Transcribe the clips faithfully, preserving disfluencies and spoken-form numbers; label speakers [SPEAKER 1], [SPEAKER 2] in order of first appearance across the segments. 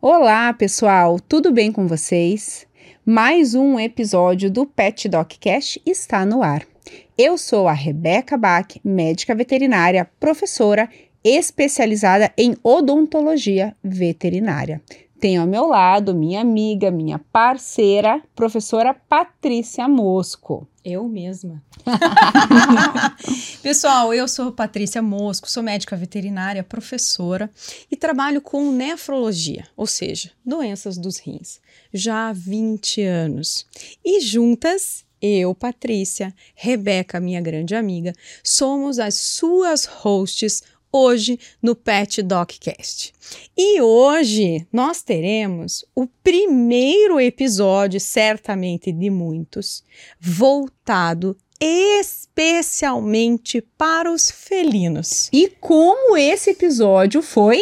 [SPEAKER 1] Olá, pessoal, tudo bem com vocês? Mais um episódio do Pet Doc Cast está no ar. Eu sou a Rebeca Bach, médica veterinária, professora especializada em odontologia veterinária. Tenho ao meu lado minha amiga, minha parceira, professora Patrícia Mosco.
[SPEAKER 2] Eu mesma. Pessoal, eu sou Patrícia Mosco, sou médica veterinária, professora e trabalho com nefrologia, ou seja, doenças dos rins, já há vinte anos. E juntas, eu, Patrícia, Rebeca, minha grande amiga, somos as suas hosts hoje no Pet Doc Cast. E hoje nós teremos o primeiro episódio, certamente de muitos, voltado especialmente para os felinos.
[SPEAKER 1] E como esse episódio foi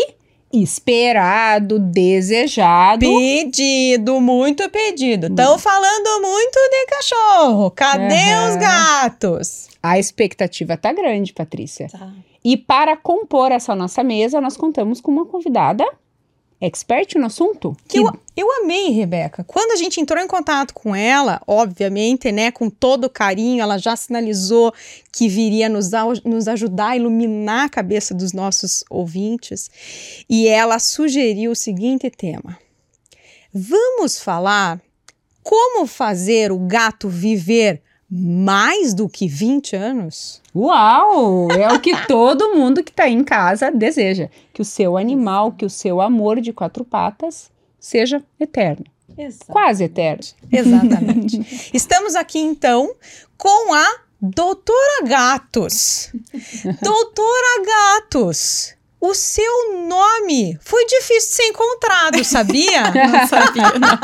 [SPEAKER 1] esperado, desejado,
[SPEAKER 2] pedido, muito pedido. Estão falando muito de cachorro. Cadê uhum. os gatos?
[SPEAKER 1] A expectativa tá grande, Patrícia.
[SPEAKER 2] Tá.
[SPEAKER 1] E para compor essa nossa mesa, nós contamos com uma convidada expert no assunto.
[SPEAKER 2] Que eu, eu amei, Rebeca. Quando a gente entrou em contato com ela, obviamente, né, com todo carinho, ela já sinalizou que viria nos, nos ajudar a iluminar a cabeça dos nossos ouvintes. E ela sugeriu o seguinte tema. Vamos falar como fazer o gato viver mais do que vinte anos?
[SPEAKER 1] Uau! É o que todo mundo que está em casa deseja. Que o seu animal, que o seu amor de quatro patas seja eterno.
[SPEAKER 2] Exatamente.
[SPEAKER 1] Quase eterno.
[SPEAKER 2] Exatamente. Estamos aqui, então, com a Doutora Gatos. Doutora Gatos, o seu nome foi difícil de ser encontrado, sabia?
[SPEAKER 3] Não sabia, não.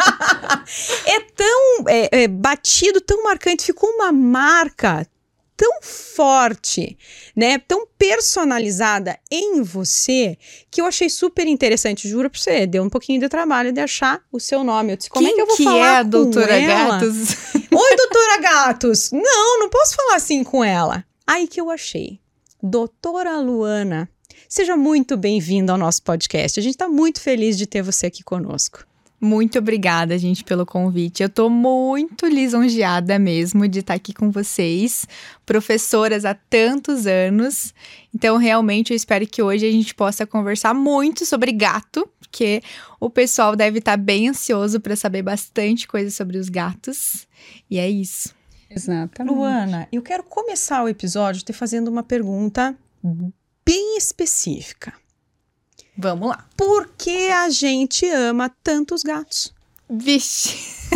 [SPEAKER 2] É tão é, é, batido, tão marcante, ficou uma marca tão forte, né, tão personalizada em você, que eu achei super interessante, juro pra você, deu um pouquinho de trabalho de achar o seu nome. Eu disse, como
[SPEAKER 3] Quem
[SPEAKER 2] é que eu vou
[SPEAKER 3] que
[SPEAKER 2] falar
[SPEAKER 3] é a
[SPEAKER 2] com
[SPEAKER 3] doutora
[SPEAKER 2] ela?
[SPEAKER 3] Gatos?
[SPEAKER 2] Oi, doutora Gatos! Não, não posso falar assim com ela. Aí que eu achei. Doutora Luana, seja muito bem-vinda ao nosso podcast. A gente tá muito feliz de ter você aqui conosco.
[SPEAKER 3] Muito obrigada, gente, pelo convite. Eu tô muito lisonjeada mesmo de estar aqui com vocês, professoras há tantos anos. Então, realmente, eu espero que hoje a gente possa conversar muito sobre gato, porque o pessoal deve estar bem ansioso para saber bastante coisa sobre os gatos. E é isso.
[SPEAKER 1] Exatamente.
[SPEAKER 2] Luana, eu quero começar o episódio te fazendo uma pergunta bem específica.
[SPEAKER 3] Vamos lá.
[SPEAKER 2] Por que a gente ama tantos gatos?
[SPEAKER 3] Vixe.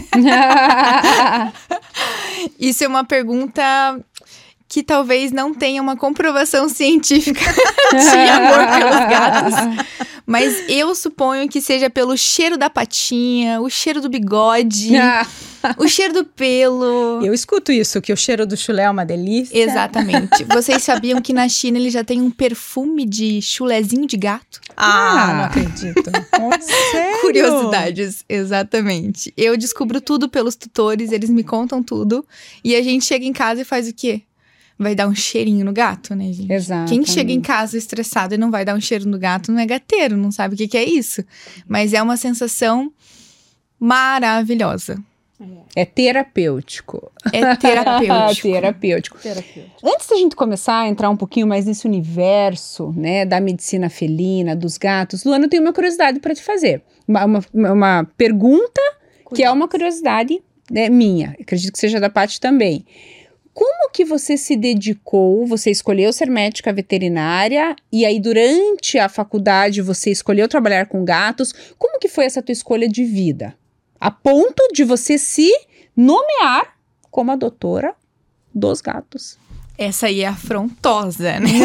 [SPEAKER 3] Isso é uma pergunta que talvez não tenha uma comprovação científica de amor pelos gatos. Mas eu suponho que seja pelo cheiro da patinha, o cheiro do bigode, o cheiro do pelo.
[SPEAKER 2] Eu escuto isso, que o cheiro do chulé é uma delícia.
[SPEAKER 3] Exatamente. Vocês sabiam que na China ele já tem um perfume de chulezinho de gato?
[SPEAKER 2] Ah, ah. Não acredito. Oh, sério?
[SPEAKER 3] Curiosidades, exatamente. Eu descubro tudo pelos tutores, eles me contam tudo. E a gente chega em casa e faz o quê? Vai dar um cheirinho no gato, né, gente?
[SPEAKER 1] Exato.
[SPEAKER 3] Quem chega em casa estressado e não vai dar um cheiro no gato não é gateiro, não sabe o que, que é isso. Mas é uma sensação maravilhosa.
[SPEAKER 1] É terapêutico.
[SPEAKER 3] É terapêutico.
[SPEAKER 1] terapêutico. terapêutico. Antes da gente começar a entrar um pouquinho mais nesse universo, né, da medicina felina, dos gatos, Luana, eu tenho uma curiosidade para te fazer. Uma, uma, uma pergunta que é uma curiosidade, né, minha. Acredito que seja da Paty também. Como que você se dedicou, você escolheu ser médica veterinária e aí durante a faculdade você escolheu trabalhar com gatos, como que foi essa tua escolha de vida? A ponto de você se nomear como a doutora dos gatos.
[SPEAKER 3] Essa aí é afrontosa, né?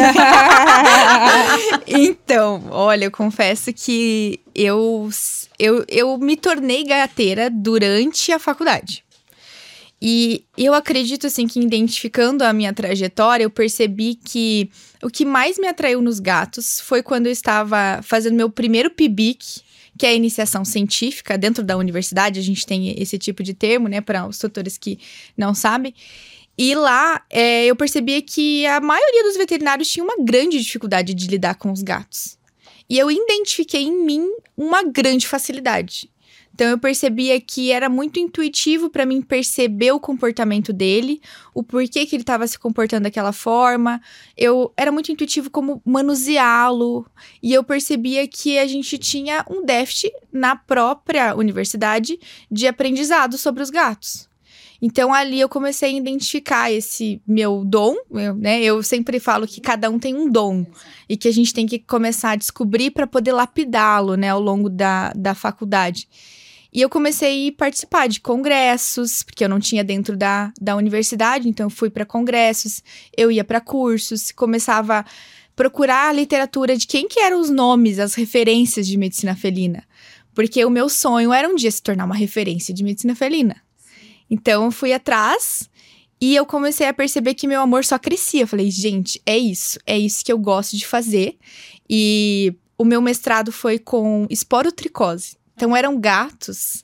[SPEAKER 3] Então, olha, eu confesso que eu, eu, eu me tornei gateira durante a faculdade. E eu acredito, assim, que identificando a minha trajetória, eu percebi que o que mais me atraiu nos gatos foi quando eu estava fazendo meu primeiro P I B I C, que é a iniciação científica. Dentro da universidade, a gente tem esse tipo de termo, né, para os tutores que não sabem. E lá, é, eu percebia que a maioria dos veterinários tinha uma grande dificuldade de lidar com os gatos. E eu identifiquei em mim uma grande facilidade. Então, eu percebia que era muito intuitivo para mim perceber o comportamento dele, o porquê que ele estava se comportando daquela forma. Eu era muito intuitivo como manuseá-lo. E eu percebia que a gente tinha um déficit na própria universidade de aprendizado sobre os gatos. Então, ali eu comecei a identificar esse meu dom, eu, né? Eu sempre falo que cada um tem um dom e que a gente tem que começar a descobrir para poder lapidá-lo, né? Ao longo da, da faculdade. E eu comecei a participar de congressos, porque eu não tinha dentro da, da universidade, então eu fui para congressos, eu ia para cursos, começava a procurar a literatura de quem que eram os nomes, as referências de medicina felina. Porque o meu sonho era um dia se tornar uma referência de medicina felina. Então, eu fui atrás e eu comecei a perceber que meu amor só crescia. Eu falei, gente, é isso. É isso que eu gosto de fazer. E o meu mestrado foi com esporotricose. Então, eram gatos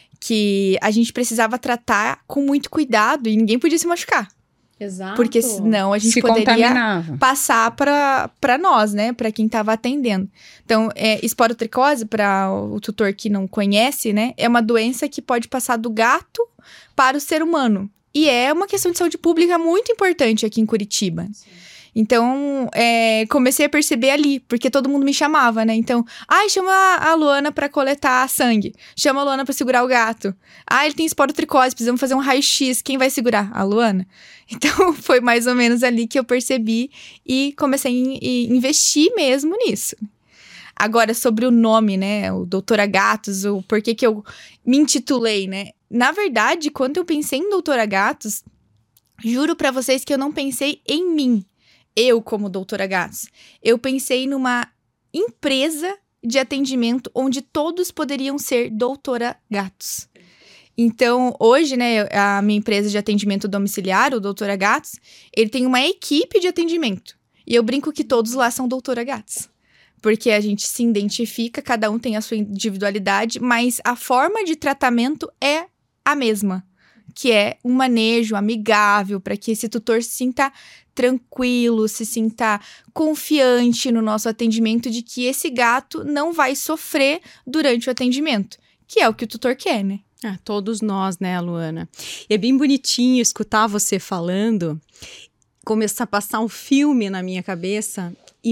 [SPEAKER 3] que a gente precisava tratar com muito cuidado e ninguém podia se machucar.
[SPEAKER 2] Exato.
[SPEAKER 3] Porque senão a gente
[SPEAKER 1] Se
[SPEAKER 3] poderia
[SPEAKER 1] contaminava.
[SPEAKER 3] passar para nós, né? Para quem estava atendendo. Então, é, esporotricose, para o tutor que não conhece, né? É uma doença que pode passar do gato para o ser humano. E é uma questão de saúde pública muito importante aqui em Curitiba. Sim. Então, é, comecei a perceber ali, porque todo mundo me chamava, né? Então, ai, chama a Luana pra coletar sangue. Chama a Luana pra segurar o gato. Ah, ele tem esporotricose, precisamos fazer um raio-x. Quem vai segurar? A Luana. Então, foi mais ou menos ali que eu percebi e comecei a investir mesmo nisso. Agora, sobre o nome, né? O Doutora Gatos, o porquê que eu me intitulei, né? Na verdade, quando eu pensei em Doutora Gatos, juro pra vocês que eu não pensei em mim. Eu, como Doutora Gatos, eu pensei numa empresa de atendimento onde todos poderiam ser Doutora Gatos. Então, hoje, né, a minha empresa de atendimento domiciliar, o Doutora Gatos, ele tem uma equipe de atendimento. E eu brinco que todos lá são Doutora Gatos. Porque a gente se identifica, cada um tem a sua individualidade, mas a forma de tratamento é a mesma. Que é um manejo amigável para que esse tutor se sinta tranquilo, se sinta confiante no nosso atendimento de que esse gato não vai sofrer durante o atendimento, que é o que o tutor quer, né?
[SPEAKER 2] Ah, todos nós, né, Luana? E é bem bonitinho escutar você falando, começar a passar um filme na minha cabeça,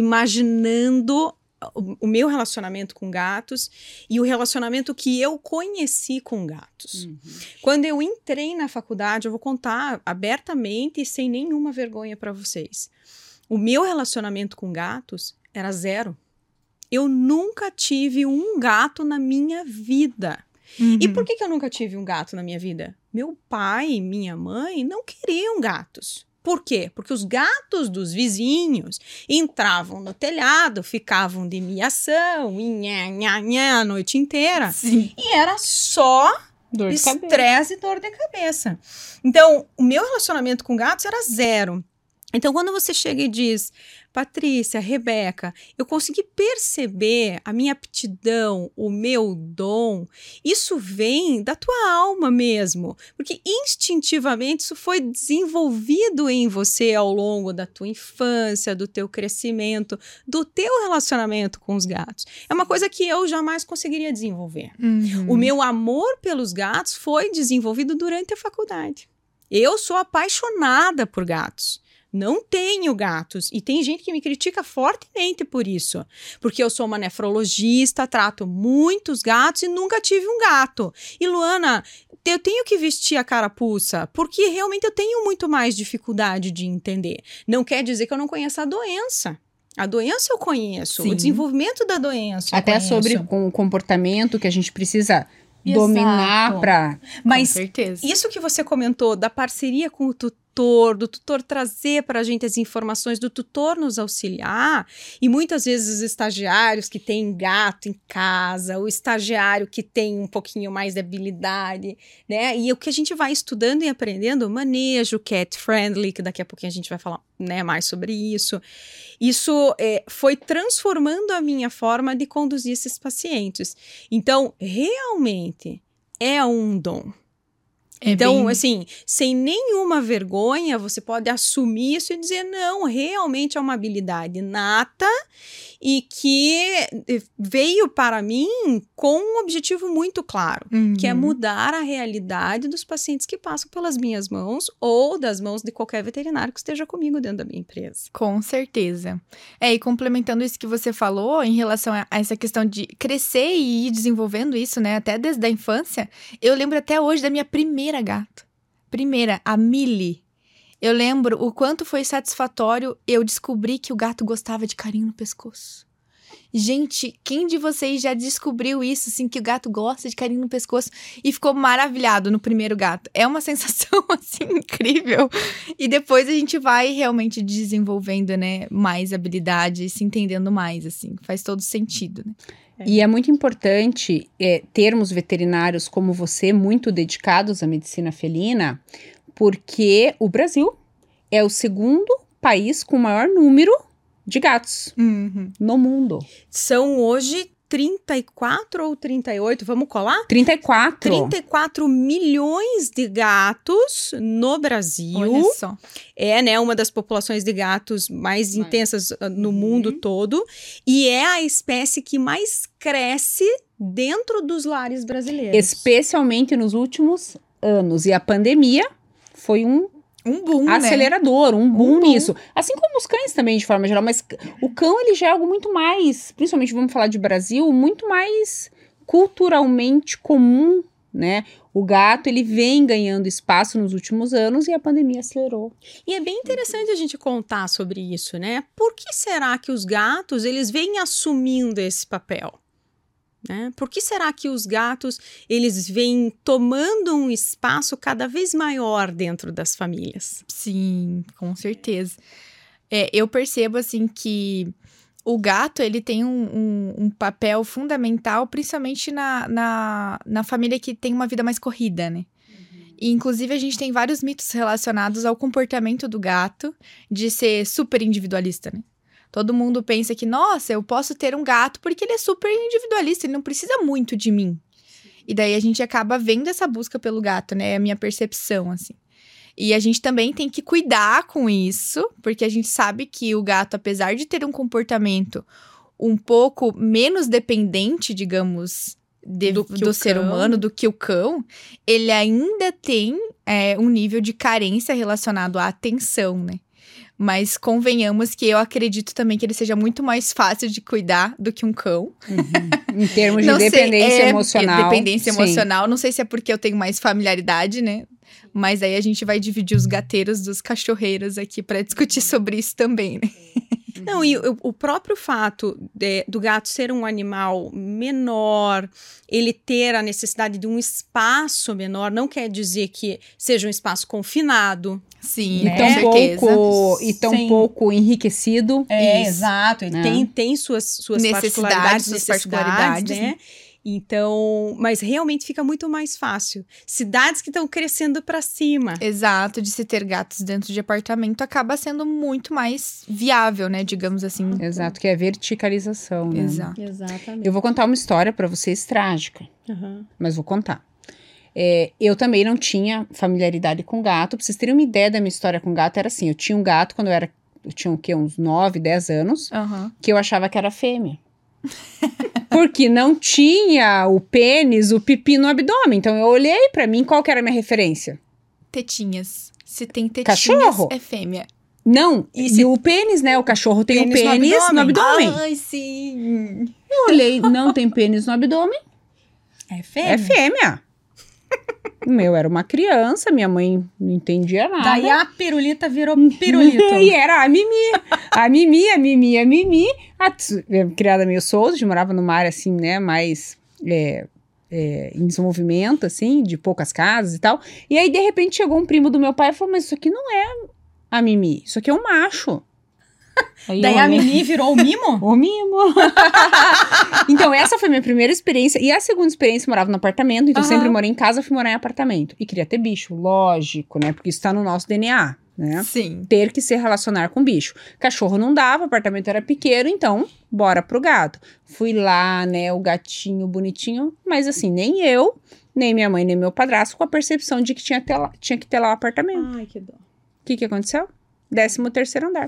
[SPEAKER 2] imaginando o, o meu relacionamento com gatos e o relacionamento que eu conheci com gatos. Uhum. Quando eu entrei na faculdade, eu vou contar abertamente e sem nenhuma vergonha para vocês. O meu relacionamento com gatos era zero. Eu nunca tive um gato na minha vida. Uhum. E por que, que eu nunca tive um gato na minha vida? Meu pai e minha mãe não queriam gatos. Por quê? Porque os gatos dos vizinhos entravam no telhado, ficavam de miação, e nha, nha, nha, a noite inteira.
[SPEAKER 3] Sim.
[SPEAKER 2] E era só
[SPEAKER 1] dor de
[SPEAKER 2] estresse e dor de cabeça. Então, o meu relacionamento com gatos era zero. Então, quando você chega e diz, Patrícia, Rebeca, eu consegui perceber a minha aptidão, o meu dom, isso vem da tua alma mesmo, porque instintivamente isso foi desenvolvido em você ao longo da tua infância, do teu crescimento, do teu relacionamento com os gatos. É uma coisa que eu jamais conseguiria desenvolver.
[SPEAKER 3] Uhum.
[SPEAKER 2] O meu amor pelos gatos foi desenvolvido durante a faculdade. Eu sou apaixonada por gatos. Não tenho gatos. E tem gente que me critica fortemente por isso. Porque eu sou uma nefrologista, trato muitos gatos e nunca tive um gato. E, Luana, eu tenho que vestir a carapuça porque realmente eu tenho muito mais dificuldade de entender. Não quer dizer que eu não conheça a doença. A doença eu conheço. Sim. O desenvolvimento da doença eu
[SPEAKER 1] Até
[SPEAKER 2] conheço.
[SPEAKER 1] sobre o comportamento que a gente precisa dominar para...
[SPEAKER 2] Mas
[SPEAKER 3] com certeza.
[SPEAKER 2] Isso que você comentou da parceria com o tutor, do tutor trazer para a gente as informações, do tutor nos auxiliar, e muitas vezes os estagiários que têm gato em casa, o estagiário que tem um pouquinho mais de habilidade, né? E o que a gente vai estudando e aprendendo, manejo cat friendly, que daqui a pouquinho a gente vai falar, né, mais sobre isso. Isso é, foi transformando a minha forma de conduzir esses pacientes. Então, realmente, é um dom.
[SPEAKER 3] É
[SPEAKER 2] então,
[SPEAKER 3] bem...
[SPEAKER 2] assim, sem nenhuma vergonha, você pode assumir isso e dizer, não, realmente é uma habilidade nata e que veio para mim com um objetivo muito claro,
[SPEAKER 3] Uhum.
[SPEAKER 2] que é mudar a realidade dos pacientes que passam pelas minhas mãos ou das mãos de qualquer veterinário que esteja comigo dentro da minha empresa.
[SPEAKER 3] Com certeza. É, e complementando isso que você falou em relação a essa questão de crescer e ir desenvolvendo isso, né, até desde a infância, eu lembro até hoje da minha primeira gata. Primeira, a Millie. Eu lembro o quanto foi satisfatório eu descobrir que o gato gostava de carinho no pescoço. Gente, quem de vocês já descobriu isso, assim, que o gato gosta de carinho no pescoço e ficou maravilhado no primeiro gato? É uma sensação, assim, incrível. E depois a gente vai realmente desenvolvendo, né, mais habilidade, se entendendo mais, assim. Faz todo sentido, né?
[SPEAKER 1] É. E é muito importante é, termos veterinários como você, muito dedicados à medicina felina, porque o Brasil é o segundo país com o maior número de gatos
[SPEAKER 2] uhum.
[SPEAKER 1] no mundo.
[SPEAKER 2] São hoje trinta e quatro ou trinta e oito, vamos colar?
[SPEAKER 1] trinta e quatro.
[SPEAKER 2] trinta e quatro milhões de gatos no Brasil.
[SPEAKER 3] Olha só.
[SPEAKER 2] É, né, uma das populações de gatos mais
[SPEAKER 1] Vai.
[SPEAKER 2] intensas uh, no
[SPEAKER 1] Uhum.
[SPEAKER 2] mundo todo. E é a espécie que mais cresce dentro dos lares brasileiros.
[SPEAKER 1] Especialmente nos últimos anos. E a pandemia foi um
[SPEAKER 3] Um boom,
[SPEAKER 1] acelerador,
[SPEAKER 3] né?
[SPEAKER 1] um boom
[SPEAKER 3] Um boom.
[SPEAKER 1] nisso. Assim como os cães também, de forma geral. Mas o cão, ele já é algo muito mais, principalmente vamos falar de Brasil, muito mais culturalmente comum, né? O gato, ele vem ganhando espaço nos últimos anos e a pandemia acelerou.
[SPEAKER 2] E é bem interessante a gente contar sobre isso, né? Por que será que os gatos, eles vêm assumindo esse papel? Né? Por que será que os gatos, eles vêm tomando um espaço cada vez maior dentro das famílias?
[SPEAKER 3] Sim, com certeza. É, eu percebo, assim, que o gato, ele tem um, um, um papel fundamental, principalmente na, na, na família que tem uma vida mais corrida, né? Uhum. E, inclusive, a gente tem vários mitos relacionados ao comportamento do gato de ser super individualista, né? Todo mundo pensa que, nossa, eu posso ter um gato porque ele é super individualista, ele não precisa muito de mim. E daí a gente acaba vendo essa busca pelo gato, né? É a minha percepção, assim. E a gente também tem que cuidar com isso, porque a gente sabe que o gato, apesar de ter um comportamento um pouco menos dependente, digamos, de, do, do ser cão. humano, do que o cão, ele ainda tem é, um nível de carência relacionado à atenção, né? Mas convenhamos que eu acredito também que ele seja muito mais fácil de cuidar do que um cão.
[SPEAKER 1] Uhum. Em termos de
[SPEAKER 3] não
[SPEAKER 1] dependência
[SPEAKER 3] sei, é,
[SPEAKER 1] emocional.
[SPEAKER 3] Dependência
[SPEAKER 1] sim.
[SPEAKER 3] emocional. Não sei se é porque eu tenho mais familiaridade, né? Mas aí a gente vai dividir os gateiros dos cachorreiros aqui para discutir sobre isso também, né?
[SPEAKER 2] Não, e o, o próprio fato de, do gato ser um animal menor, ele ter a necessidade de um espaço menor, não quer dizer que seja um espaço confinado.
[SPEAKER 3] Sim,
[SPEAKER 1] e tão pouco E tão Sim. pouco enriquecido.
[SPEAKER 2] É, isso, exato. Ele
[SPEAKER 1] né?
[SPEAKER 2] tem, tem suas, suas
[SPEAKER 3] necessidades,
[SPEAKER 2] particularidades,
[SPEAKER 3] suas
[SPEAKER 2] necessidades,
[SPEAKER 3] particularidades,
[SPEAKER 2] né?
[SPEAKER 3] né?
[SPEAKER 2] Então, mas realmente fica muito mais fácil. Cidades que estão crescendo para cima.
[SPEAKER 3] Exato, de se ter gatos dentro de apartamento acaba sendo muito mais viável, né? Digamos assim.
[SPEAKER 1] Exato, que é a verticalização, né?
[SPEAKER 3] Exato.
[SPEAKER 2] Exatamente.
[SPEAKER 1] Eu vou contar uma história para vocês trágica,
[SPEAKER 2] uhum.
[SPEAKER 1] mas vou contar. É, eu também não tinha familiaridade com gato. Pra vocês terem uma ideia da minha história com gato, era assim, eu tinha um gato quando eu era, eu tinha o quê? Uns nove, dez anos,
[SPEAKER 3] uhum.
[SPEAKER 1] que eu achava que era fêmea. Porque não tinha o pênis, o pipi no abdômen. Então eu olhei pra mim, qual que era a minha referência?
[SPEAKER 3] Tetinhas. Se tem tetinhas,
[SPEAKER 1] cachorro?
[SPEAKER 3] É fêmea.
[SPEAKER 1] Não, e, se... e o pênis, né? O cachorro tem pênis o pênis no abdômen. no abdômen.
[SPEAKER 3] Ai, sim.
[SPEAKER 1] Eu olhei, não tem pênis no abdômen.
[SPEAKER 2] É fêmea.
[SPEAKER 1] É fêmea. O meu era uma criança, minha mãe não entendia nada.
[SPEAKER 2] Daí a pirulita virou pirulito.
[SPEAKER 1] E era a Mimi, a Mimi, a Mimi, a Mimi. A, criada meio solta, eu morava numa área assim, né, mais é, é, em desenvolvimento, assim, de poucas casas e tal. E aí, de repente, chegou um primo do meu pai e falou, mas isso aqui não é a Mimi, isso aqui é um macho.
[SPEAKER 2] Aí Daí a Mimi virou o mimo?
[SPEAKER 1] O mimo. Então, essa foi a minha primeira experiência. E a segunda experiência, eu morava no apartamento. Então, uhum. sempre morei em casa, fui morar em apartamento. E queria ter bicho, lógico, né? Porque isso tá no nosso D N A. né?
[SPEAKER 3] Sim.
[SPEAKER 1] Ter que se relacionar com o bicho. Cachorro não dava, o apartamento era pequeno, então bora pro gato. Fui lá, né, o gatinho bonitinho, mas assim, nem eu, nem minha mãe, nem meu padrasto com a percepção de que tinha, ter lá, tinha que ter lá o apartamento.
[SPEAKER 2] Ai, que dó.
[SPEAKER 1] O que que aconteceu? Décimo terceiro andar.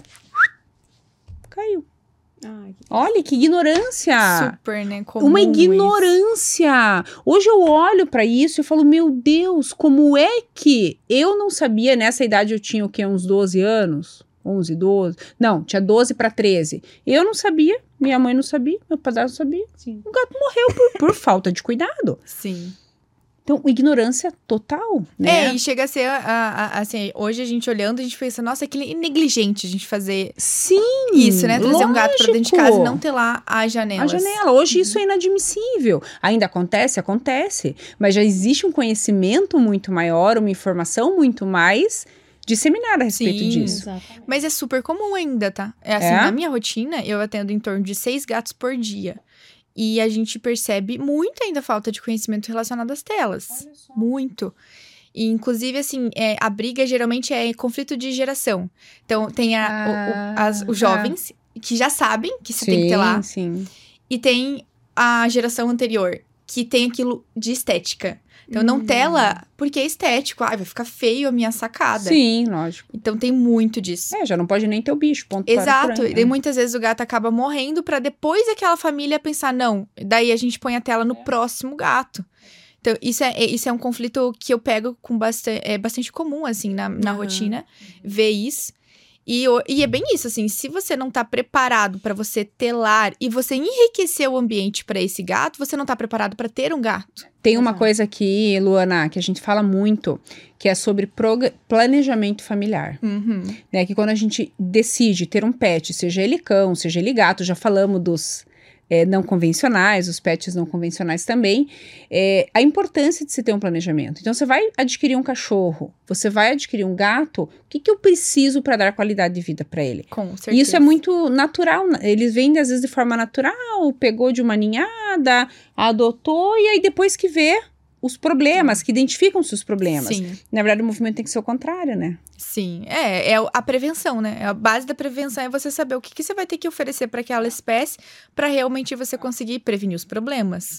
[SPEAKER 1] Caiu.
[SPEAKER 2] Ai, que...
[SPEAKER 1] Olha, que ignorância!
[SPEAKER 3] Super, né? Comum
[SPEAKER 1] Uma
[SPEAKER 3] isso.
[SPEAKER 1] ignorância! Hoje eu olho pra isso e falo, meu Deus, como é que eu não sabia, nessa idade eu tinha o quê? Uns doze anos? onze, doze? Não, tinha doze pra treze. Eu não sabia, minha mãe não sabia, meu padrasto não sabia.
[SPEAKER 2] Sim.
[SPEAKER 1] O gato morreu por, por falta de cuidado.
[SPEAKER 3] Sim.
[SPEAKER 1] Então, ignorância total, né?
[SPEAKER 3] É, e chega a ser, a, a, assim, hoje a gente olhando, a gente pensa, nossa, é que negligente a gente fazer
[SPEAKER 1] Sim,
[SPEAKER 3] isso, né? Trazer um gato pra dentro de casa e não
[SPEAKER 1] lógico.
[SPEAKER 3] ter lá as janelas.
[SPEAKER 1] A janela. Hoje isso é inadmissível. Ainda acontece? Acontece. Mas já existe um conhecimento muito maior, uma informação muito mais disseminada a respeito
[SPEAKER 3] Sim.
[SPEAKER 1] disso.
[SPEAKER 2] Exatamente.
[SPEAKER 3] Mas é super comum ainda, tá? É assim,
[SPEAKER 1] É?
[SPEAKER 3] na minha rotina, eu atendo em torno de seis gatos por dia. E a gente percebe muito ainda falta de conhecimento relacionado às telas. Muito. E, inclusive, assim, é, a briga geralmente é conflito de geração. Então, tem a, o- o- as- os
[SPEAKER 1] Ah,
[SPEAKER 3] jovens que já sabem que você
[SPEAKER 1] sim,
[SPEAKER 3] tem que ter lá.
[SPEAKER 1] sim.
[SPEAKER 3] E tem a geração anterior, que tem aquilo de estética. Então, não
[SPEAKER 1] Hum.
[SPEAKER 3] tela porque é estético. Ai, vai ficar feio a minha sacada.
[SPEAKER 1] Sim, lógico.
[SPEAKER 3] Então, tem muito disso.
[SPEAKER 1] É, já não pode nem ter o bicho, ponto para
[SPEAKER 3] Exato,
[SPEAKER 1] por aí,
[SPEAKER 3] e daí
[SPEAKER 1] né?
[SPEAKER 3] muitas vezes o gato acaba morrendo pra depois aquela família pensar, não, daí a gente põe a tela no próximo gato. Então, isso é, é- isso é um conflito que eu pego com bastante, é bastante comum, assim, na, na
[SPEAKER 2] Aham.
[SPEAKER 3] rotina, ver isso. E, o- e é bem isso, assim, se você não tá preparado pra você telar e você enriquecer o ambiente pra esse gato, você não tá preparado pra ter um gato.
[SPEAKER 1] Tem uma
[SPEAKER 2] Exato.
[SPEAKER 1] coisa aqui, Luana, que a gente fala muito, que é sobre proga- planejamento familiar.
[SPEAKER 3] Uhum.
[SPEAKER 1] Né, que quando a gente decide ter um pet, seja ele cão, seja ele gato, já falamos dos é, não convencionais, os pets não convencionais também, é, a importância de se ter um planejamento. Então, você vai adquirir um cachorro, você vai adquirir um gato, o que, que eu preciso para dar qualidade de vida para ele?
[SPEAKER 3] Com certeza.
[SPEAKER 1] E isso é muito natural, né? Eles vêm às vezes de forma natural, pegou de uma ninhada, adotou, e aí depois que vê os problemas, que identificam-se os problemas.
[SPEAKER 3] Sim.
[SPEAKER 1] Na verdade, o movimento tem que ser o contrário, né?
[SPEAKER 3] Sim, é, é a prevenção, né? A base da prevenção é você saber o que, que você vai ter que oferecer para aquela espécie para realmente você conseguir prevenir os problemas.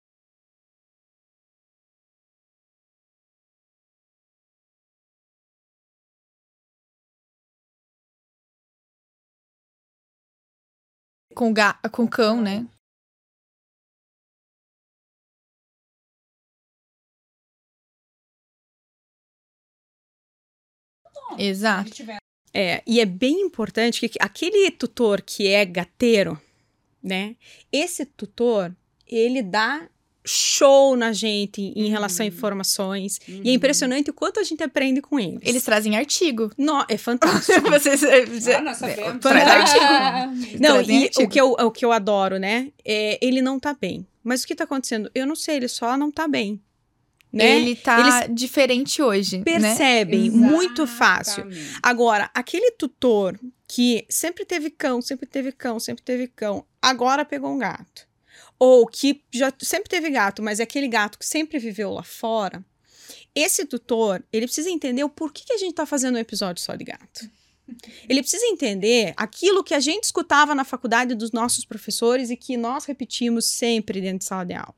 [SPEAKER 3] Com, ga com cão, né? Exato.
[SPEAKER 2] É, e é bem importante que aquele tutor que é gateiro, né? Esse tutor, ele dá show na gente em relação a informações. E é impressionante o quanto a gente aprende com eles.
[SPEAKER 3] Eles trazem artigo.
[SPEAKER 2] No, é fantástico.
[SPEAKER 3] Vocês, você,
[SPEAKER 1] Ah, nós sabemos.
[SPEAKER 3] traz artigo.
[SPEAKER 2] Não,
[SPEAKER 3] Trazem
[SPEAKER 2] e
[SPEAKER 3] artigo.
[SPEAKER 2] o que, eu, o que eu adoro, né? É, ele não tá bem. Mas o que tá acontecendo? Eu não sei, ele só não tá bem. Né?
[SPEAKER 3] Ele tá diferente hoje, né?
[SPEAKER 2] Percebem muito fácil.
[SPEAKER 1] Exatamente.
[SPEAKER 2] Agora, aquele tutor que sempre teve cão, sempre teve cão, sempre teve cão, agora pegou um gato. Ou que já sempre teve gato, mas é aquele gato que sempre viveu lá fora. Esse tutor, ele precisa entender o porquê que a gente tá fazendo um episódio só de gato. Ele precisa entender aquilo que a gente escutava na faculdade dos nossos professores e que nós repetimos sempre dentro de sala de aula.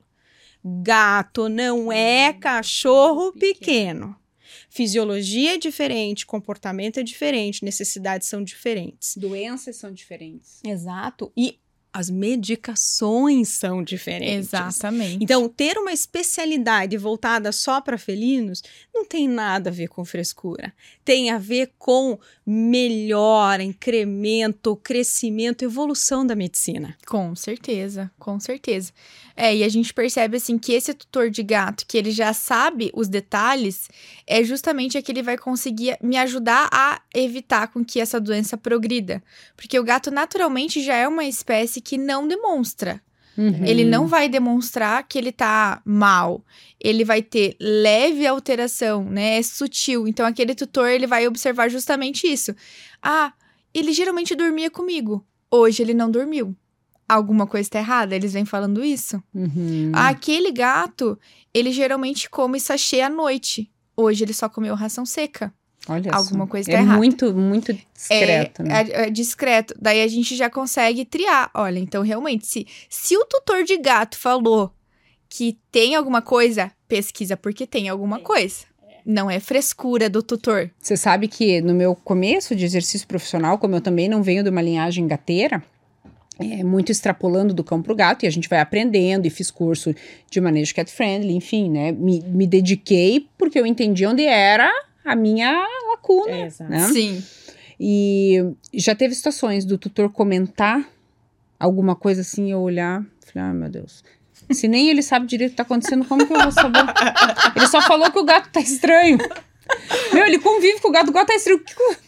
[SPEAKER 2] Gato não é cachorro pequeno. Fisiologia é diferente, comportamento é diferente, necessidades são diferentes.
[SPEAKER 1] Doenças são diferentes.
[SPEAKER 2] Exato. E as medicações são diferentes.
[SPEAKER 3] Exatamente.
[SPEAKER 2] Então, ter uma especialidade voltada só para felinos não tem nada a ver com frescura. Tem a ver com melhora, incremento, crescimento, evolução da medicina.
[SPEAKER 3] Com certeza, com certeza. É, e a gente percebe, assim, que esse tutor de gato, que ele já sabe os detalhes, é justamente aquele que vai conseguir me ajudar a evitar com que essa doença progrida. Porque o gato, naturalmente, já é uma espécie que não demonstra.
[SPEAKER 1] Uhum.
[SPEAKER 3] Ele não vai demonstrar que ele tá mal. Ele vai ter leve alteração, né? É sutil. Então, aquele tutor, ele vai observar justamente isso. Ah, ele geralmente dormia comigo. Hoje ele não dormiu. Alguma coisa está errada? Eles vêm falando isso.
[SPEAKER 1] Uhum.
[SPEAKER 3] Ah, aquele gato, ele geralmente come sachê à noite. Hoje ele só comeu ração seca.
[SPEAKER 1] Olha
[SPEAKER 3] alguma
[SPEAKER 1] só.
[SPEAKER 3] coisa
[SPEAKER 1] é
[SPEAKER 3] tá errada.
[SPEAKER 1] muito, muito discreto,
[SPEAKER 3] é,
[SPEAKER 1] né?
[SPEAKER 3] É, é discreto. Daí a gente já consegue triar. Olha, então realmente, se, se o tutor de gato falou que tem alguma coisa, pesquisa porque tem alguma coisa. Não é frescura do tutor.
[SPEAKER 1] Você sabe que no meu começo de exercício profissional, como eu também não venho de uma linhagem gateira, é muito extrapolando do cão pro gato, e a gente vai aprendendo, e fiz curso de manejo cat friendly, enfim, né? Me, me dediquei porque eu entendi onde era a minha lacuna,
[SPEAKER 2] É, exato.
[SPEAKER 1] né?
[SPEAKER 3] Sim.
[SPEAKER 1] E já teve situações do tutor comentar alguma coisa assim, eu olhar, falei, ah, meu Deus. Se nem ele sabe direito o que tá acontecendo, como que eu vou saber? Ele só falou que o gato tá estranho. Meu, ele convive com o gato, o gato tá estranho.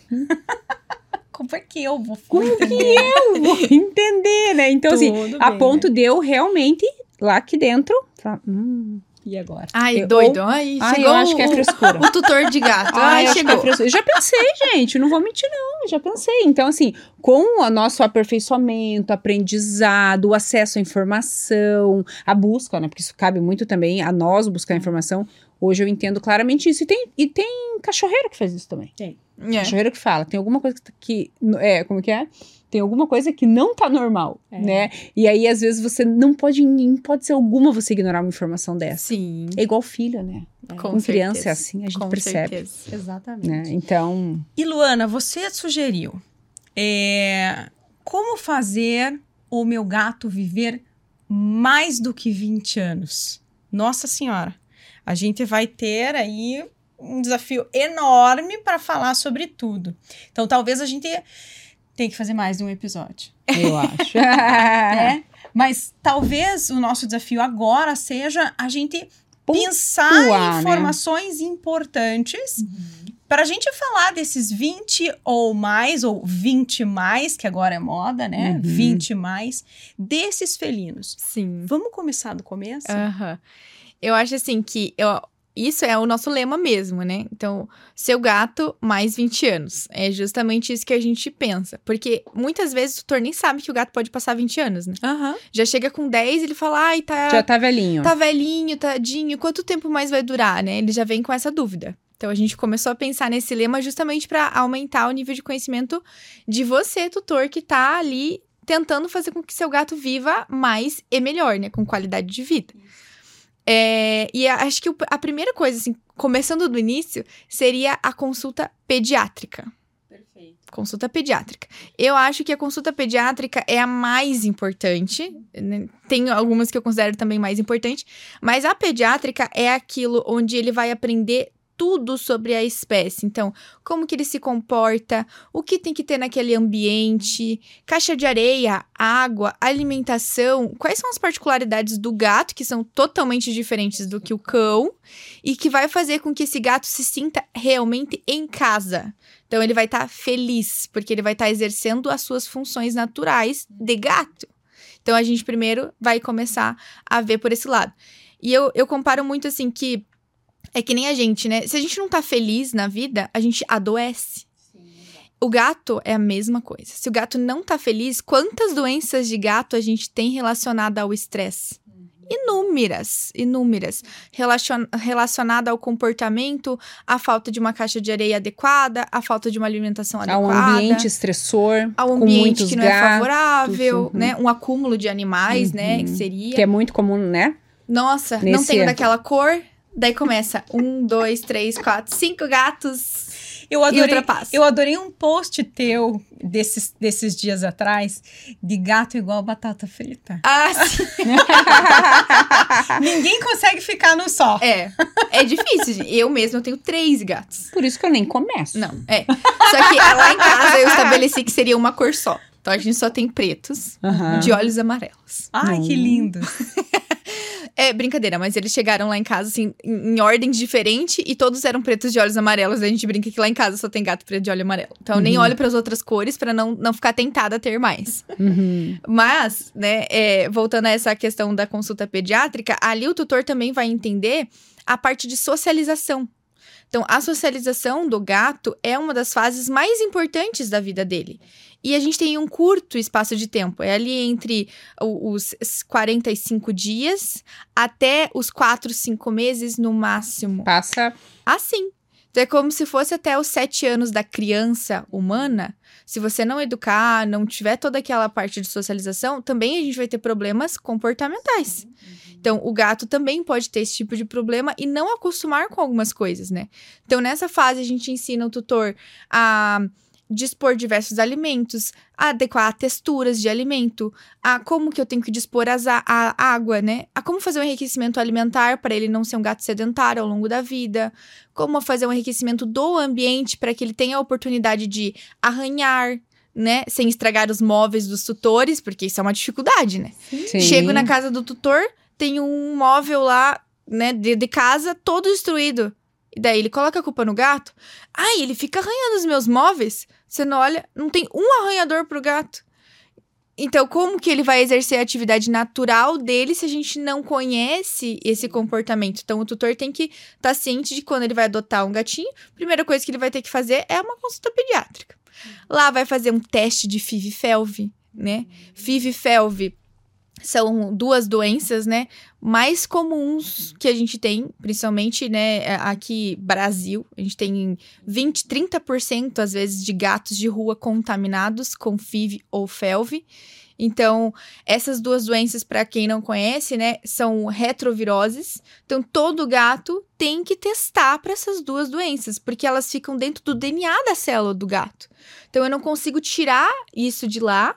[SPEAKER 2] Como é que eu vou
[SPEAKER 1] Como
[SPEAKER 2] entender?
[SPEAKER 1] que eu vou entender, né? Então, assim,
[SPEAKER 2] Tudo
[SPEAKER 1] a
[SPEAKER 2] bem,
[SPEAKER 1] ponto
[SPEAKER 2] né?
[SPEAKER 1] de eu realmente, lá aqui dentro, falar, hum,
[SPEAKER 2] E agora?
[SPEAKER 3] Ai,
[SPEAKER 1] Eu-
[SPEAKER 3] doido. Ai,
[SPEAKER 1] ai,
[SPEAKER 3] chegou
[SPEAKER 1] eu acho que é
[SPEAKER 3] o-
[SPEAKER 1] frescura.
[SPEAKER 3] O tutor de gato.
[SPEAKER 1] Ah,
[SPEAKER 3] Ai,
[SPEAKER 1] eu acho que é
[SPEAKER 3] chegou.
[SPEAKER 1] frescura. Já pensei, gente, não vou mentir, não. Já pensei. Então, assim, com o nosso aperfeiçoamento, aprendizado, o acesso à informação, a busca, né? Porque isso cabe muito também a nós buscar informação. Hoje eu entendo claramente isso. E tem, e tem cachorreiro que faz isso também.
[SPEAKER 2] Tem.
[SPEAKER 3] É.
[SPEAKER 1] Cachorreiro que fala, tem alguma coisa que, que é, como que é? Tem alguma coisa que não tá normal,
[SPEAKER 2] É.
[SPEAKER 1] né? E aí, às vezes, você não pode, em hipótese alguma, você ignorar uma informação dessa.
[SPEAKER 3] Sim.
[SPEAKER 1] É igual filho, né?
[SPEAKER 3] Com,
[SPEAKER 1] Com criança é
[SPEAKER 3] certeza.
[SPEAKER 1] assim, a gente
[SPEAKER 3] Com
[SPEAKER 1] percebe,
[SPEAKER 3] certeza.
[SPEAKER 2] Exatamente.
[SPEAKER 1] né? Então,
[SPEAKER 2] E Luana, você sugeriu é, como fazer o meu gato viver mais do que vinte anos? Nossa Senhora, a gente vai ter aí um desafio enorme para falar sobre tudo. Então, talvez a gente tenha que fazer mais de um episódio.
[SPEAKER 1] eu acho.
[SPEAKER 2] né? Mas talvez o nosso desafio agora seja a gente pensar
[SPEAKER 1] Pontuar,
[SPEAKER 2] em
[SPEAKER 1] né?
[SPEAKER 2] informações importantes para a gente falar desses vinte ou mais, ou vinte mais, que agora é moda, né?
[SPEAKER 1] Uhum.
[SPEAKER 2] vinte mais, desses felinos.
[SPEAKER 3] Sim.
[SPEAKER 2] Vamos começar do começo?
[SPEAKER 3] Aham. Eu acho assim que eu, isso é o nosso lema mesmo, né? Então, seu gato mais vinte anos. É justamente isso que a gente pensa. Porque muitas vezes o tutor nem sabe que o gato pode passar vinte anos, né?
[SPEAKER 2] Aham.
[SPEAKER 3] Já chega com dez, ele fala, ai, tá,
[SPEAKER 1] Já tá velhinho.
[SPEAKER 3] tá velhinho, tadinho, quanto tempo mais vai durar, né? Ele já vem com essa dúvida. Então, a gente começou a pensar nesse lema justamente para aumentar o nível de conhecimento de você, tutor, que tá ali tentando fazer com que seu gato viva mais e melhor, né? Com qualidade de vida. É, e acho que o- a primeira coisa, assim, começando do início, seria a consulta pediátrica.
[SPEAKER 2] Perfeito.
[SPEAKER 3] Consulta pediátrica. Eu acho que a consulta pediátrica é a mais importante. Né? Tem algumas que eu considero também mais importante. Mas a pediátrica é aquilo onde ele vai aprender tudo sobre a espécie. Então, como que ele se comporta, o que tem que ter naquele ambiente, caixa de areia, água, alimentação, quais são as particularidades do gato, que são totalmente diferentes do que o cão, e que vai fazer com que esse gato se sinta realmente em casa. Então, ele vai estar feliz, porque ele vai estar exercendo as suas funções naturais de gato. Então, a gente primeiro vai começar a ver por esse lado. E eu, eu comparo muito assim que é que nem a gente, né? Se a gente não tá feliz na vida, a gente adoece. O gato é a mesma coisa. Se o gato não tá feliz, quantas doenças de gato a gente tem relacionada ao estresse? Inúmeras, inúmeras. Relacion, relacionada ao comportamento, à falta de uma caixa de areia adequada, à falta de uma alimentação
[SPEAKER 1] Há
[SPEAKER 3] adequada.
[SPEAKER 1] um ambiente estressor,
[SPEAKER 3] ao
[SPEAKER 1] com
[SPEAKER 3] ambiente
[SPEAKER 1] muitos
[SPEAKER 3] que não é
[SPEAKER 1] gatos,
[SPEAKER 3] favorável,
[SPEAKER 1] uhum.
[SPEAKER 3] né? Um acúmulo de animais, né?
[SPEAKER 1] Uhum.
[SPEAKER 3] Que seria...
[SPEAKER 1] que é muito comum, né?
[SPEAKER 3] Nossa, não
[SPEAKER 1] Nesse-
[SPEAKER 3] tenho daquela cor. Daí começa um, dois, três, quatro, cinco gatos
[SPEAKER 2] Eu
[SPEAKER 3] e
[SPEAKER 2] adorei,
[SPEAKER 3] ultrapassa.
[SPEAKER 2] eu adorei um post teu desses, desses dias atrás de gato igual batata frita.
[SPEAKER 3] Ah, sim.
[SPEAKER 2] Ninguém consegue ficar no só.
[SPEAKER 3] É, é difícil, gente. Eu mesma eu tenho três gatos.
[SPEAKER 1] Por isso que eu nem começo.
[SPEAKER 3] Não, é. Só que lá em casa eu estabeleci que seria uma cor só. Então a gente só tem pretos
[SPEAKER 1] Aham.
[SPEAKER 3] de olhos amarelos.
[SPEAKER 2] Ai,
[SPEAKER 1] Não.
[SPEAKER 2] que lindo.
[SPEAKER 3] É brincadeira, mas eles chegaram lá em casa, assim, em, em ordens diferentes e todos eram pretos de olhos amarelos. A gente brinca que lá em casa só tem gato preto de olho amarelo. Então eu nem olho para as outras cores para não, não ficar tentada a ter mais.
[SPEAKER 1] Uhum.
[SPEAKER 3] Mas, né, é, voltando a essa questão da consulta pediátrica, ali o tutor também vai entender a parte de socialização. Então, a socialização do gato é uma das fases mais importantes da vida dele. E a gente tem um curto espaço de tempo. É ali entre o- os quarenta e cinco dias até os quatro, cinco meses no máximo.
[SPEAKER 1] Passa
[SPEAKER 3] Assim. Então, é como se fosse até os sete anos da criança humana. Se você não educar, não tiver toda aquela parte de socialização, também a gente vai ter problemas comportamentais. Então, o gato também pode ter esse tipo de problema e não acostumar com algumas coisas, né? Então, nessa fase, a gente ensina o tutor a dispor diversos alimentos, a adequar texturas de alimento, a como que eu tenho que dispor as a, a água, né? A como fazer um enriquecimento alimentar para ele não ser um gato sedentário ao longo da vida, como fazer um enriquecimento do ambiente para que ele tenha a oportunidade de arranhar, né? Sem estragar os móveis dos tutores, porque isso é uma dificuldade, né?
[SPEAKER 1] Sim.
[SPEAKER 3] Chego na casa do tutor, tem um móvel lá, né, de, de casa todo destruído. E daí ele coloca a culpa no gato. Ai, ele fica arranhando os meus móveis. Você não olha, não tem um arranhador pro gato. Então, como que ele vai exercer a atividade natural dele se a gente não conhece esse comportamento? Então, o tutor tem que estar ciente de que quando ele vai adotar um gatinho, a primeira coisa que ele vai ter que fazer é uma consulta pediátrica. Lá vai fazer um teste de F I V e F E L V, né? F I V e F E L V são duas doenças, né, mais comuns que a gente tem, principalmente, né, aqui Brasil. A gente tem vinte, trinta por cento, às vezes, de gatos de rua contaminados com F I V ou F E L V. Então, essas duas doenças, para quem não conhece, né, são retroviroses. Então, todo gato tem que testar para essas duas doenças, porque elas ficam dentro do D N A da célula do gato. Então, eu não consigo tirar isso de lá.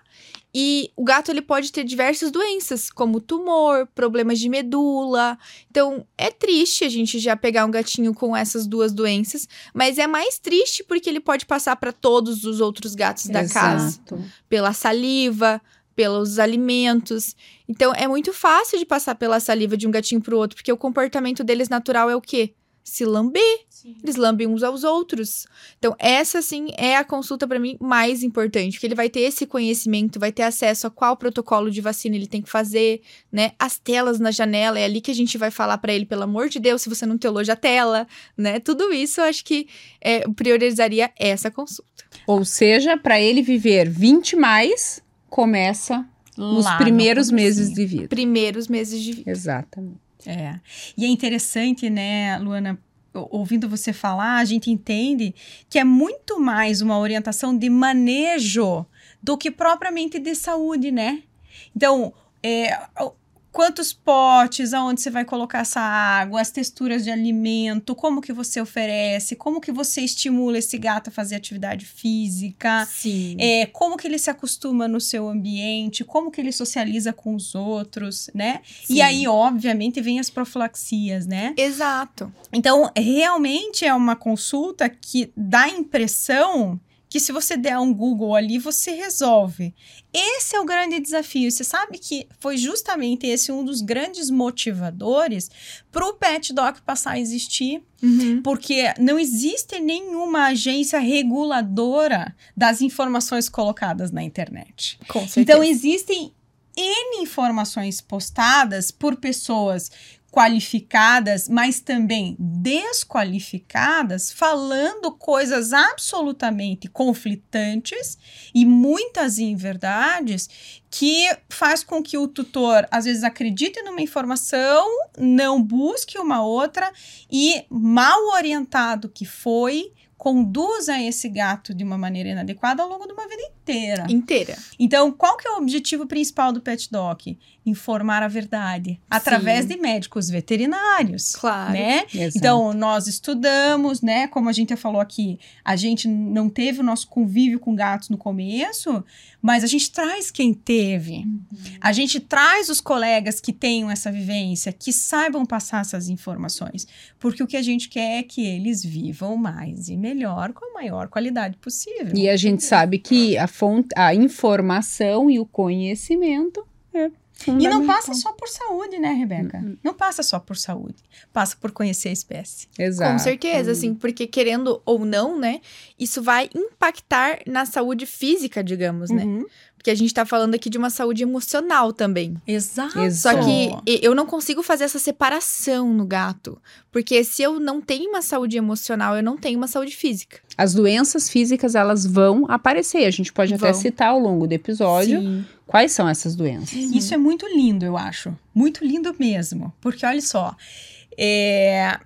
[SPEAKER 3] E o gato, ele pode ter diversas doenças, como tumor, problemas de medula. Então, é triste a gente já pegar um gatinho com essas duas doenças, mas é mais triste porque ele pode passar para todos os outros gatos da
[SPEAKER 1] Exato.
[SPEAKER 3] casa. Pela saliva, pelos alimentos. Então, é muito fácil de passar pela saliva de um gatinho pro outro, porque o comportamento deles natural é o quê? Se lamber. Sim. Eles lambem uns aos outros. Então, essa, sim, é a consulta, para mim, mais importante. Porque ele vai ter esse conhecimento, vai ter acesso a qual protocolo de vacina ele tem que fazer, né? As telas na janela, é ali que a gente vai falar para ele, pelo amor de Deus, se você não tem loja a tela, né? Tudo isso, eu acho que é, priorizaria essa consulta.
[SPEAKER 1] Ou seja, para ele viver vinte mais, começa nos
[SPEAKER 2] Lá
[SPEAKER 1] primeiros
[SPEAKER 2] no
[SPEAKER 1] meses de vida.
[SPEAKER 3] Primeiros meses de vida.
[SPEAKER 1] Exatamente.
[SPEAKER 2] É. E é interessante, né, Luana, ouvindo você falar, a gente entende que é muito mais uma orientação de manejo do que propriamente de saúde, né? Então, é, quantos potes, aonde você vai colocar essa água, as texturas de alimento, como que você oferece, como que você estimula esse gato a fazer atividade física,
[SPEAKER 3] Sim.
[SPEAKER 2] É, como que ele se acostuma no seu ambiente, como que ele socializa com os outros, né?
[SPEAKER 3] Sim.
[SPEAKER 2] E aí, obviamente, vem as profilaxias, né?
[SPEAKER 3] Exato.
[SPEAKER 2] Então, realmente é uma consulta que dá a impressão que se você der um Google ali, você resolve. Esse é o grande desafio. Você sabe que foi justamente esse um dos grandes motivadores para o Pet Doc passar a existir,
[SPEAKER 3] Uhum.
[SPEAKER 2] porque não existe nenhuma agência reguladora das informações colocadas na internet.
[SPEAKER 3] Com certeza.
[SPEAKER 2] Então, existem N informações postadas por pessoas qualificadas, mas também desqualificadas, falando coisas absolutamente conflitantes e muitas inverdades que faz com que o tutor, às vezes, acredite numa informação, não busque uma outra e, mal orientado que foi, conduza esse gato de uma maneira inadequada ao longo de uma vida inteira.
[SPEAKER 3] Inteira.
[SPEAKER 2] Então, qual que é o objetivo principal do Pet Doc? Informar a verdade, através
[SPEAKER 3] Sim.
[SPEAKER 2] de médicos veterinários.
[SPEAKER 3] Claro.
[SPEAKER 2] Né?
[SPEAKER 1] Exato.
[SPEAKER 2] Então, nós estudamos, né? Como a gente já falou aqui, a gente não teve o nosso convívio com gatos no começo, mas a gente traz quem teve. Uhum. A gente traz os colegas que tenham essa vivência, que saibam passar essas informações. Porque o que a gente quer é que eles vivam mais e melhor, com a maior qualidade possível.
[SPEAKER 1] E a gente sabe que a, fonte, a informação e o conhecimento é
[SPEAKER 2] E não passa só por saúde, né, Rebeca? Uhum. Não passa só por saúde. Passa por conhecer a espécie.
[SPEAKER 1] Exato.
[SPEAKER 3] Com certeza, assim, porque querendo ou não, né, isso vai impactar na saúde física, digamos, né?
[SPEAKER 2] Uhum.
[SPEAKER 3] Porque a gente tá falando aqui de uma saúde emocional também.
[SPEAKER 2] Exato.
[SPEAKER 3] Só que eu não consigo fazer essa separação no gato. Porque se eu não tenho uma saúde emocional, eu não tenho uma saúde física.
[SPEAKER 1] As doenças físicas, elas vão aparecer. A gente pode
[SPEAKER 3] Vão.
[SPEAKER 1] até citar ao longo do episódio
[SPEAKER 3] Sim.
[SPEAKER 1] quais são essas doenças.
[SPEAKER 2] Uhum. Isso é muito lindo, eu acho. Muito lindo mesmo. Porque, olha só, é...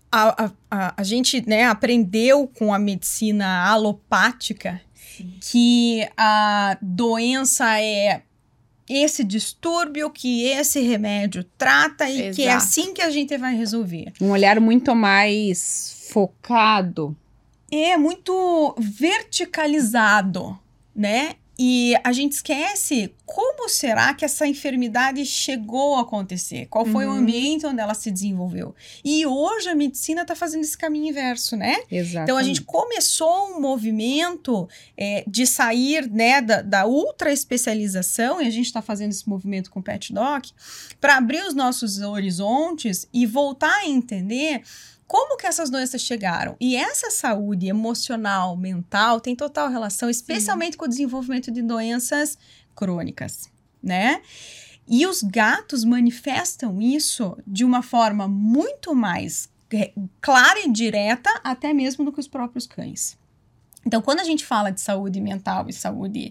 [SPEAKER 2] a, a, a, a gente, né, aprendeu com a medicina alopática Sim. que a doença é esse distúrbio que esse remédio trata e Exato. Que é assim que a gente vai resolver.
[SPEAKER 1] Um olhar muito mais focado.
[SPEAKER 2] É muito verticalizado, né? E a gente esquece como será que essa enfermidade chegou a acontecer? Qual foi uhum. o ambiente onde ela se desenvolveu? E hoje a medicina está fazendo esse caminho inverso, né?
[SPEAKER 1] Exatamente.
[SPEAKER 2] Então a gente começou um movimento é, de sair, né, da, da ultra especialização, e a gente está fazendo esse movimento com o Pet Doc, para abrir os nossos horizontes e voltar a entender como que essas doenças chegaram? E essa saúde emocional, mental, tem total relação, especialmente Sim. com o desenvolvimento de doenças crônicas, né? E os gatos manifestam isso de uma forma muito mais clara e direta, até mesmo do que os próprios cães. Então, quando a gente fala de saúde mental e saúde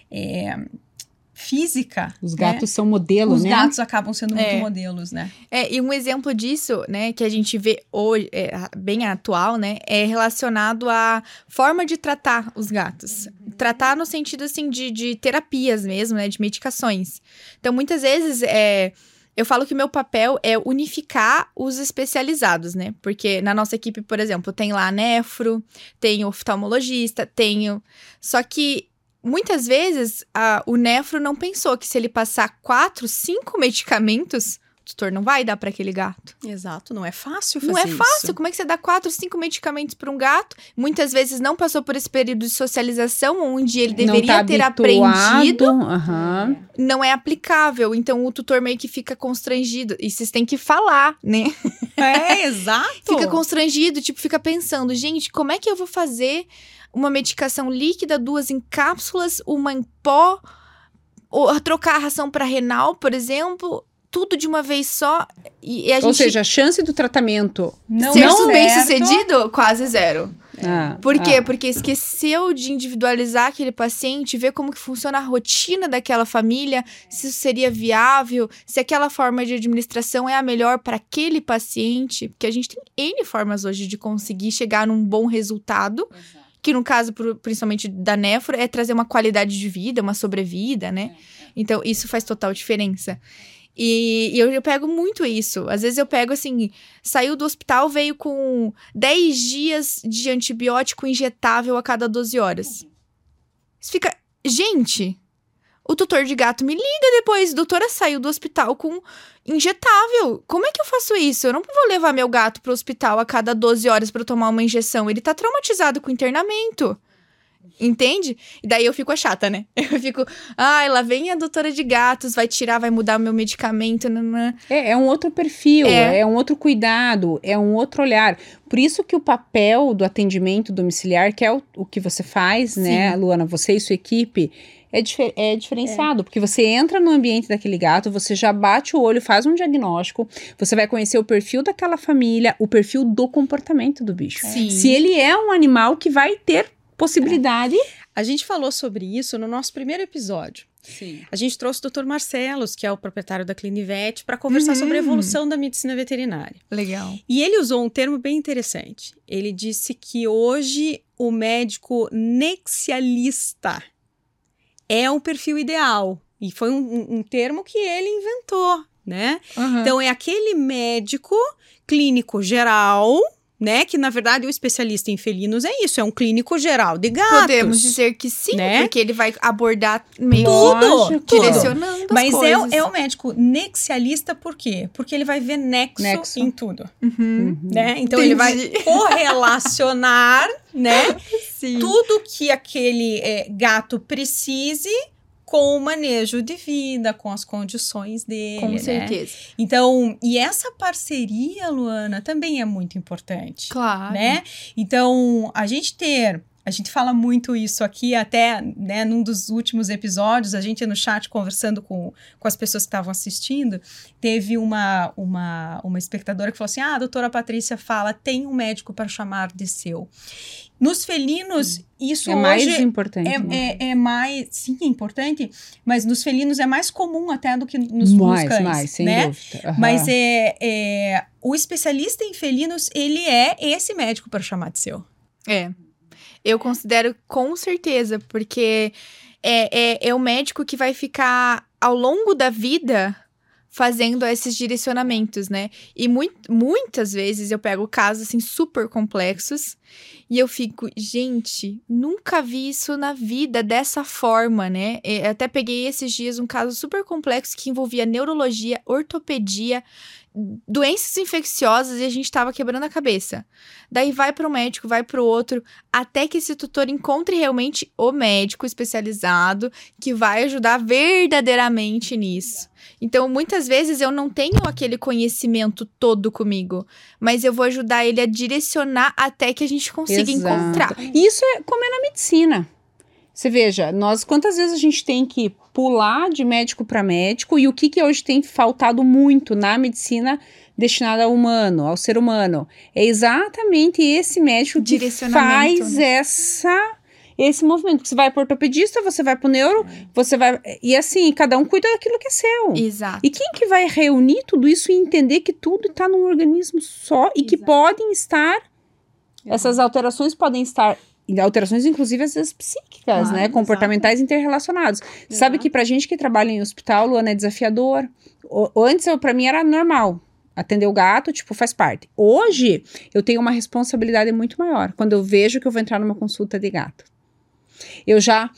[SPEAKER 2] é, física...
[SPEAKER 1] Os gatos
[SPEAKER 2] né?
[SPEAKER 1] são modelos,
[SPEAKER 2] Os
[SPEAKER 1] né?
[SPEAKER 2] Os gatos acabam sendo muito
[SPEAKER 3] é.
[SPEAKER 2] modelos, né?
[SPEAKER 3] É, e um exemplo disso, né, que a gente vê hoje, é, bem atual, né, é relacionado à forma de tratar os gatos. Uhum. Tratar no sentido, assim, de, de terapias mesmo, né, de medicações. Então, muitas vezes, é... eu falo que o meu papel é unificar os especializados, né? Porque na nossa equipe, por exemplo, tem lá nefro, tem oftalmologista, tenho... Só que muitas vezes a, o nefro não pensou que se ele passar quatro, cinco medicamentos, o tutor não vai dar para aquele gato.
[SPEAKER 2] Exato, não é fácil fazer
[SPEAKER 3] Não é fácil.
[SPEAKER 2] Isso.
[SPEAKER 3] Como é que você dá quatro, cinco medicamentos para um gato? Muitas vezes não passou por esse período de socialização, onde ele deveria
[SPEAKER 1] tá
[SPEAKER 3] ter
[SPEAKER 1] habituado.
[SPEAKER 3] aprendido.
[SPEAKER 1] Uhum.
[SPEAKER 3] Não é aplicável. Então, o tutor meio que fica constrangido. E vocês têm que falar, né?
[SPEAKER 2] É, exato.
[SPEAKER 3] Fica constrangido, tipo, fica pensando, gente, como é que eu vou fazer uma medicação líquida, duas em cápsulas, uma em pó, ou trocar a ração para renal, por exemplo, tudo de uma vez só. E a gente...
[SPEAKER 1] Ou seja, a chance do tratamento
[SPEAKER 2] não
[SPEAKER 3] ser
[SPEAKER 2] não
[SPEAKER 3] bem
[SPEAKER 2] certo.
[SPEAKER 3] sucedido, quase zero.
[SPEAKER 1] Ah,
[SPEAKER 3] Por quê?
[SPEAKER 1] ah.
[SPEAKER 3] Porque esqueceu de individualizar aquele paciente, ver como que funciona a rotina daquela família, se isso seria viável, se aquela forma de administração é a melhor para aquele paciente, porque a gente tem N formas hoje de conseguir chegar num bom resultado. Exato. Que no caso, principalmente da nefro, é trazer uma qualidade de vida, uma sobrevida, né? É, é. Então, isso faz total diferença. E, e eu, eu pego muito isso. Às vezes eu pego, assim, saiu do hospital, veio com dez dias de antibiótico injetável a cada doze horas. Isso fica... Gente, o tutor de gato me liga depois. Doutora, saiu do hospital com injetável. Como é que eu faço isso? Eu não vou levar meu gato pro hospital a cada doze horas para tomar uma injeção. Ele tá traumatizado com internamento. Entende? E daí eu fico a chata, né? Eu fico, ai, lá vem a doutora de gatos, vai tirar, vai mudar o meu medicamento. Nanã.
[SPEAKER 1] É, é um outro perfil,
[SPEAKER 3] é.
[SPEAKER 1] é um outro cuidado, é um outro olhar. Por isso que o papel do atendimento domiciliar, que é o, o que você faz, Sim. né, Luana, você e sua equipe, é, difer- é diferenciado, é. porque você entra no ambiente daquele gato, você já bate o olho, faz um diagnóstico, você vai conhecer o perfil daquela família, o perfil do comportamento do bicho.
[SPEAKER 3] Sim.
[SPEAKER 1] Se ele é um animal que vai ter possibilidade.
[SPEAKER 2] É. A gente falou sobre isso no nosso primeiro episódio.
[SPEAKER 1] Sim.
[SPEAKER 2] A gente trouxe o doutor Marcelos, que é o proprietário da Clinivet, para conversar uhum. sobre a evolução da medicina veterinária.
[SPEAKER 3] Legal.
[SPEAKER 2] E ele usou um termo bem interessante. Ele disse que hoje o médico nexialista é um perfil ideal. E foi um, um termo que ele inventou, né? Uhum. Então, é aquele médico clínico geral... né? Que, na verdade, o especialista em felinos é isso, é um clínico geral de gatos.
[SPEAKER 3] Podemos dizer que sim,
[SPEAKER 2] né?
[SPEAKER 3] Porque ele vai abordar meio
[SPEAKER 2] tudo,
[SPEAKER 3] direcionando tudo.
[SPEAKER 2] Mas
[SPEAKER 3] as
[SPEAKER 2] é,
[SPEAKER 3] coisas.
[SPEAKER 2] é o médico nexialista por quê? Porque ele vai ver nexo, nexo. em tudo.
[SPEAKER 3] Uhum.
[SPEAKER 2] Uhum. Né? Então,
[SPEAKER 3] Entendi.
[SPEAKER 2] ele vai correlacionar, né?
[SPEAKER 3] Sim.
[SPEAKER 2] Tudo que aquele é, gato precise com o manejo de vida, com as condições dele,
[SPEAKER 3] Com
[SPEAKER 2] né?
[SPEAKER 3] certeza.
[SPEAKER 2] Então, e essa parceria, Luana, também é muito importante.
[SPEAKER 3] Claro.
[SPEAKER 2] Né? Então, a gente ter A gente fala muito isso aqui, até, né, num dos últimos episódios, a gente no chat conversando com, com as pessoas que estavam assistindo, teve uma, uma, uma espectadora que falou assim, ah, a doutora Patrícia fala, tem um médico para chamar de seu. Nos felinos, isso
[SPEAKER 1] é
[SPEAKER 2] hoje...
[SPEAKER 1] mais importante.
[SPEAKER 2] É,
[SPEAKER 1] né?
[SPEAKER 2] é, é mais... Sim, é importante, mas nos felinos é mais comum até do que nos,
[SPEAKER 1] mais,
[SPEAKER 2] nos cães,
[SPEAKER 1] mais, sem
[SPEAKER 2] né?
[SPEAKER 1] dúvida. Uhum.
[SPEAKER 2] Mas é, é, o especialista em felinos, ele é esse médico para chamar de seu.
[SPEAKER 3] É. Eu considero com certeza, porque é, é, é o médico que vai ficar ao longo da vida fazendo esses direcionamentos, né? E mu muitas vezes eu pego casos, assim, super complexos e eu fico, gente, nunca vi isso na vida dessa forma, né? Eu até peguei esses dias um caso super complexo que envolvia neurologia, ortopedia, doenças infecciosas e a gente tava quebrando a cabeça. Daí vai para um médico, vai para o outro, até que esse tutor encontre realmente o médico especializado que vai ajudar verdadeiramente nisso. Então, muitas vezes eu não tenho aquele conhecimento todo comigo, mas eu vou ajudar ele a direcionar até que a gente consiga
[SPEAKER 1] Exato.
[SPEAKER 3] encontrar.
[SPEAKER 1] Isso é como é na medicina. Você veja, nós quantas vezes a gente tem que pular de médico para médico e o que, que hoje tem faltado muito na medicina destinada ao humano, ao ser humano. É exatamente esse médico que faz né? essa, esse movimento. Você vai para o ortopedista, você vai para o neuro, é. você vai... E assim, cada um cuida daquilo que é seu.
[SPEAKER 3] Exato.
[SPEAKER 1] E quem que vai reunir tudo isso e entender que tudo está num organismo só e Exato. Que podem estar... Exato. Essas alterações podem estar... alterações, inclusive, às vezes psíquicas, ah, né? Comportamentais interrelacionados. Exato. Sabe que pra gente que trabalha em hospital, Luana, é desafiador. O, antes, eu, pra mim, era normal. Atender o gato, tipo, faz parte. Hoje, eu tenho uma responsabilidade muito maior. Quando eu vejo que eu vou entrar numa consulta de gato. Eu já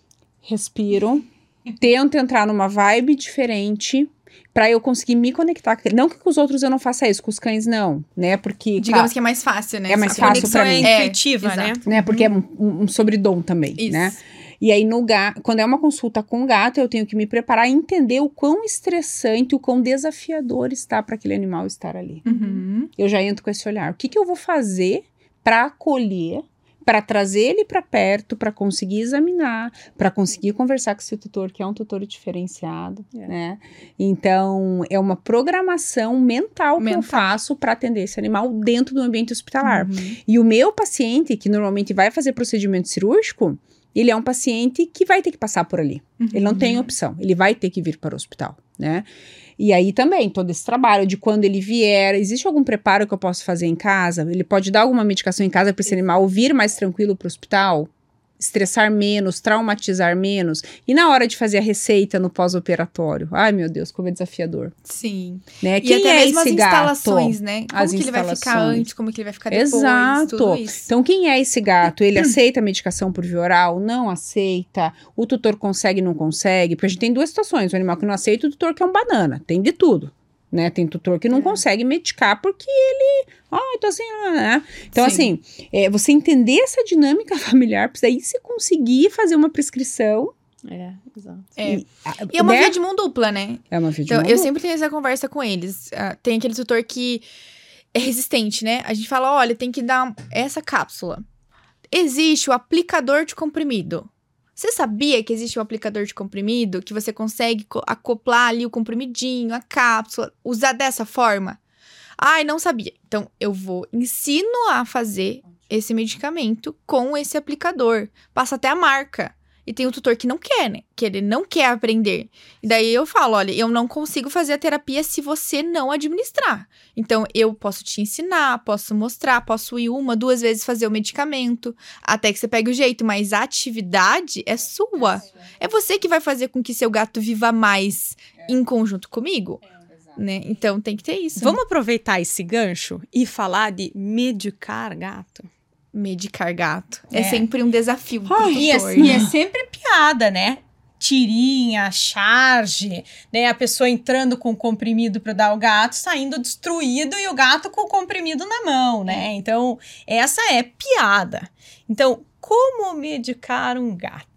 [SPEAKER 1] respiro, tento entrar numa vibe diferente... Pra eu conseguir me conectar. Não que com os outros eu não faça isso, com os cães não, né? Porque...
[SPEAKER 3] Digamos cara, que é mais fácil, né?
[SPEAKER 1] É mais
[SPEAKER 3] a
[SPEAKER 1] fácil pra mim.
[SPEAKER 2] É intuitiva,
[SPEAKER 3] é,
[SPEAKER 2] né?
[SPEAKER 1] né? Porque é um, um sobredom também, isso. Né? E aí, no gato, quando é uma consulta com gato, eu tenho que me preparar e entender o quão estressante, o quão desafiador está para aquele animal estar ali.
[SPEAKER 3] Uhum.
[SPEAKER 1] Eu já entro com esse olhar. O que, que eu vou fazer para acolher, para trazer ele para perto, para conseguir examinar, para conseguir conversar com esse tutor, que é um tutor diferenciado, é. Né? Então, é uma programação mental, mental. que eu faço para atender esse animal dentro do ambiente hospitalar. Uhum. E o meu paciente, que normalmente vai fazer procedimento cirúrgico, ele é um paciente que vai ter que passar por ali. Uhum. Ele não tem opção, ele vai ter que vir para o hospital, né? E aí também, todo esse trabalho de quando ele vier, existe algum preparo que eu posso fazer em casa? Ele pode dar alguma medicação em casa para esse animal vir mais tranquilo para o hospital? Estressar menos, traumatizar menos. E na hora de fazer a receita no pós-operatório? Ai, meu Deus, como é desafiador.
[SPEAKER 3] Sim.
[SPEAKER 1] Né?
[SPEAKER 3] E
[SPEAKER 1] Quem
[SPEAKER 3] até
[SPEAKER 1] é
[SPEAKER 3] mesmo
[SPEAKER 1] esse
[SPEAKER 3] as
[SPEAKER 1] gato?
[SPEAKER 3] instalações, né? Como
[SPEAKER 1] as
[SPEAKER 3] que ele vai ficar antes, como que ele vai ficar depois,
[SPEAKER 1] Exato.
[SPEAKER 3] tudo isso.
[SPEAKER 1] Então, quem é esse gato? Ele aceita a medicação por via oral? Não aceita? O tutor consegue, não consegue? Porque a gente tem duas situações. O animal que não aceita e o tutor que é um banana. Tem de tudo. Né? Tem tutor que não é. consegue medicar porque ele... Ah, então assim... Né? Então, Sim. assim, é, você entender essa dinâmica familiar, precisa aí você conseguir fazer uma prescrição.
[SPEAKER 2] É, exato.
[SPEAKER 3] É.
[SPEAKER 1] E, a,
[SPEAKER 3] e é uma
[SPEAKER 1] né?
[SPEAKER 3] via de mão dupla, né?
[SPEAKER 1] É uma via de
[SPEAKER 3] então,
[SPEAKER 1] mão
[SPEAKER 3] eu
[SPEAKER 1] dupla.
[SPEAKER 3] sempre tenho essa conversa com eles. Uh, tem aquele tutor que é resistente, né? A gente fala, olha, tem que dar essa cápsula. Existe o aplicador de comprimido. Você sabia que existe um aplicador de comprimido que você consegue acoplar ali o comprimidinho, a cápsula, usar dessa forma? Ai, não sabia. Então, eu vou, ensino a fazer esse medicamento com esse aplicador. Passa até a marca. E tem o tutor que não quer, né? Que ele não quer aprender. E daí eu falo, olha, eu não consigo fazer a terapia se você não administrar. Então, eu posso te ensinar, posso mostrar, posso ir uma, duas vezes fazer o medicamento, até que você pegue o jeito. Mas a atividade é sua. É você que vai fazer com que seu gato viva mais em conjunto comigo. Né? Então, tem que ter isso.
[SPEAKER 2] Vamos
[SPEAKER 3] né?
[SPEAKER 2] aproveitar esse gancho e falar de medicar gato?
[SPEAKER 3] Medicar gato. É, é sempre um desafio.
[SPEAKER 2] Ai, e, é, e é sempre piada, né? Tirinha, charge, né? A pessoa entrando com o comprimido para dar ao gato, saindo destruído e o gato com o comprimido na mão, né? Então, essa é piada. Então, como medicar um gato?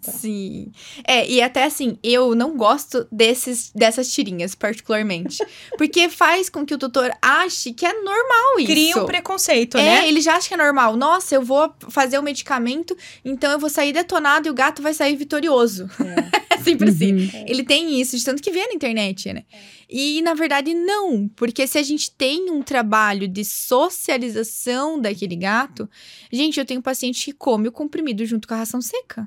[SPEAKER 3] Sim. É, e até assim, eu não gosto desses, dessas tirinhas, particularmente. Porque faz com que o tutor ache que é normal isso.
[SPEAKER 2] Cria um preconceito,
[SPEAKER 3] é,
[SPEAKER 2] né?
[SPEAKER 3] ele já acha que é normal. Nossa, eu vou fazer o medicamento, então eu vou sair detonado e o gato vai sair vitorioso. É, sempre assim.
[SPEAKER 1] Uhum.
[SPEAKER 3] Ele tem isso, de tanto que vê na internet, né? E, na verdade, não. Porque se a gente tem um trabalho de socialização daquele gato... Gente, eu tenho um paciente que come o comprimido junto com a ração seca.